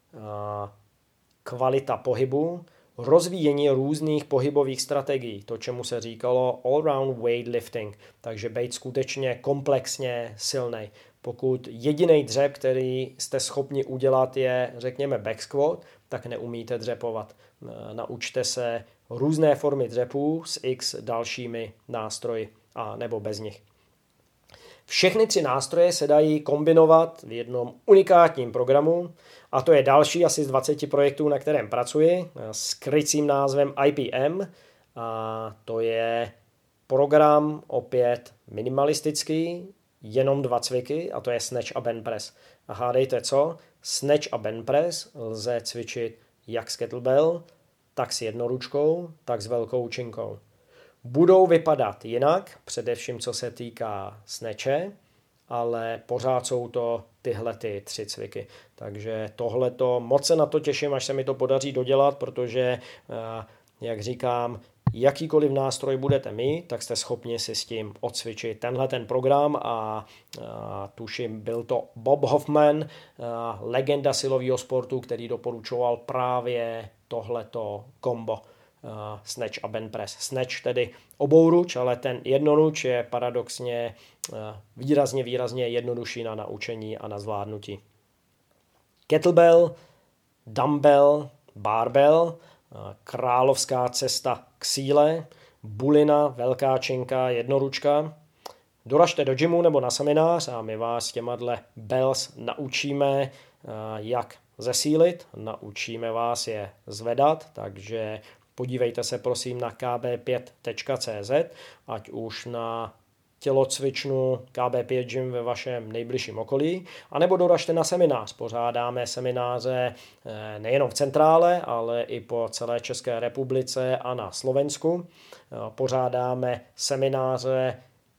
kvalita pohybu, rozvíjení různých pohybových strategií, to, čemu se říkalo all-round weightlifting, takže být skutečně komplexně silnej. Pokud jediný dřep, který jste schopni udělat, je, řekněme, back squat, tak neumíte dřepovat. Naučte se různé formy dřepů s x dalšími nástroji a nebo bez nich. Všechny tři nástroje se dají kombinovat v jednom unikátním programu a to je další asi z dvaceti projektů, na kterém pracuji, s krycím názvem I P M. A to je program opět minimalistický, jenom dva cviky a to je snatch a bench press. A hádejte co? Snatch a bench press lze cvičit jak s kettlebell, tak s jednoručkou, tak s velkou činkou. Budou vypadat jinak, především co se týká snatche, ale pořád jsou to tyhle ty tři cviky. Takže tohleto, moc se na to těším, až se mi to podaří dodělat, protože, jak říkám, jakýkoliv nástroj budete mít, tak jste schopni si s tím odcvičit tenhle ten program a, a tuším, byl to Bob Hoffman, a, legenda silového sportu, který doporučoval právě tohleto kombo. Uh, snatch a bench press. Snatch tedy obouruč, ale ten jednoruč je paradoxně uh, výrazně, výrazně jednodušší na naučení a na zvládnutí. Kettlebell, dumbbell, barbell, uh, královská cesta k síle, bulina, velká činka, jednoručka. Doražte do gymu nebo na seminář a my vás těmadle bells naučíme, uh, jak zesílit, naučíme vás je zvedat, takže podívejte se prosím na k b pět tečka cé zet, ať už na tělocvičnu K B pět Gym ve vašem nejbližším okolí, anebo doražte na seminář. Pořádáme semináře nejenom v centrále, ale i po celé České republice a na Slovensku. Pořádáme semináře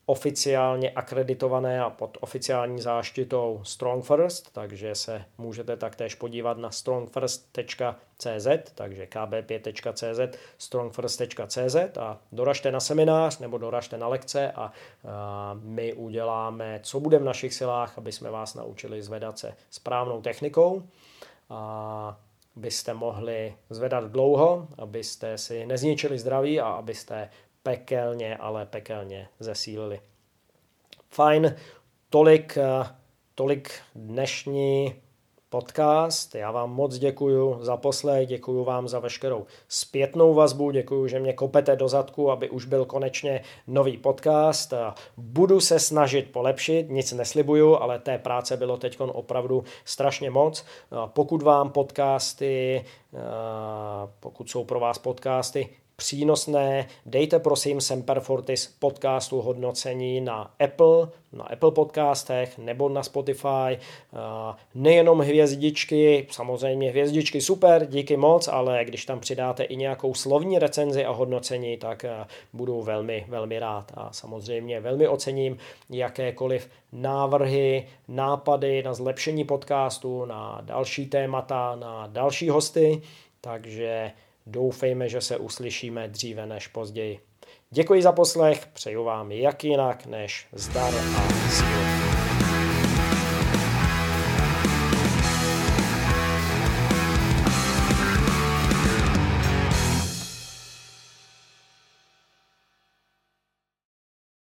oficiálně akreditované a pod oficiální záštitou StrongFirst, takže se můžete taktéž podívat na strongfirst tečka cé zet, takže k b pět tečka cé zet, strongfirst tečka cé zet a doražte na seminář nebo doražte na lekce a, a my uděláme, co bude v našich silách, aby jsme vás naučili zvedat se správnou technikou, a abyste mohli zvedat dlouho, abyste si nezničili zdraví a abyste pekelně, ale pekelně zesílili. Fajn, tolik, tolik dnešní podcast. Já vám moc děkuju za poslech, děkuju vám za veškerou zpětnou vazbu, děkuju, že mě kopete do zadku, aby už byl konečně nový podcast. Budu se snažit polepšit, nic neslibuju, ale té práce bylo teď opravdu strašně moc. Pokud vám podcasty, pokud jsou pro vás podcasty přínosné, dejte prosím Semper Fortis podcastu hodnocení na Apple, na Apple podcastech nebo na Spotify. Nejenom hvězdičky, samozřejmě hvězdičky super, díky moc, ale když tam přidáte i nějakou slovní recenzi a hodnocení, tak budu velmi, velmi rád. A samozřejmě velmi ocením jakékoliv návrhy, nápady na zlepšení podcastu, na další témata, na další hosty, takže doufejme, že se uslyšíme dříve než později. Děkuji za poslech, přeju vám jak jinak než zdar a sílu.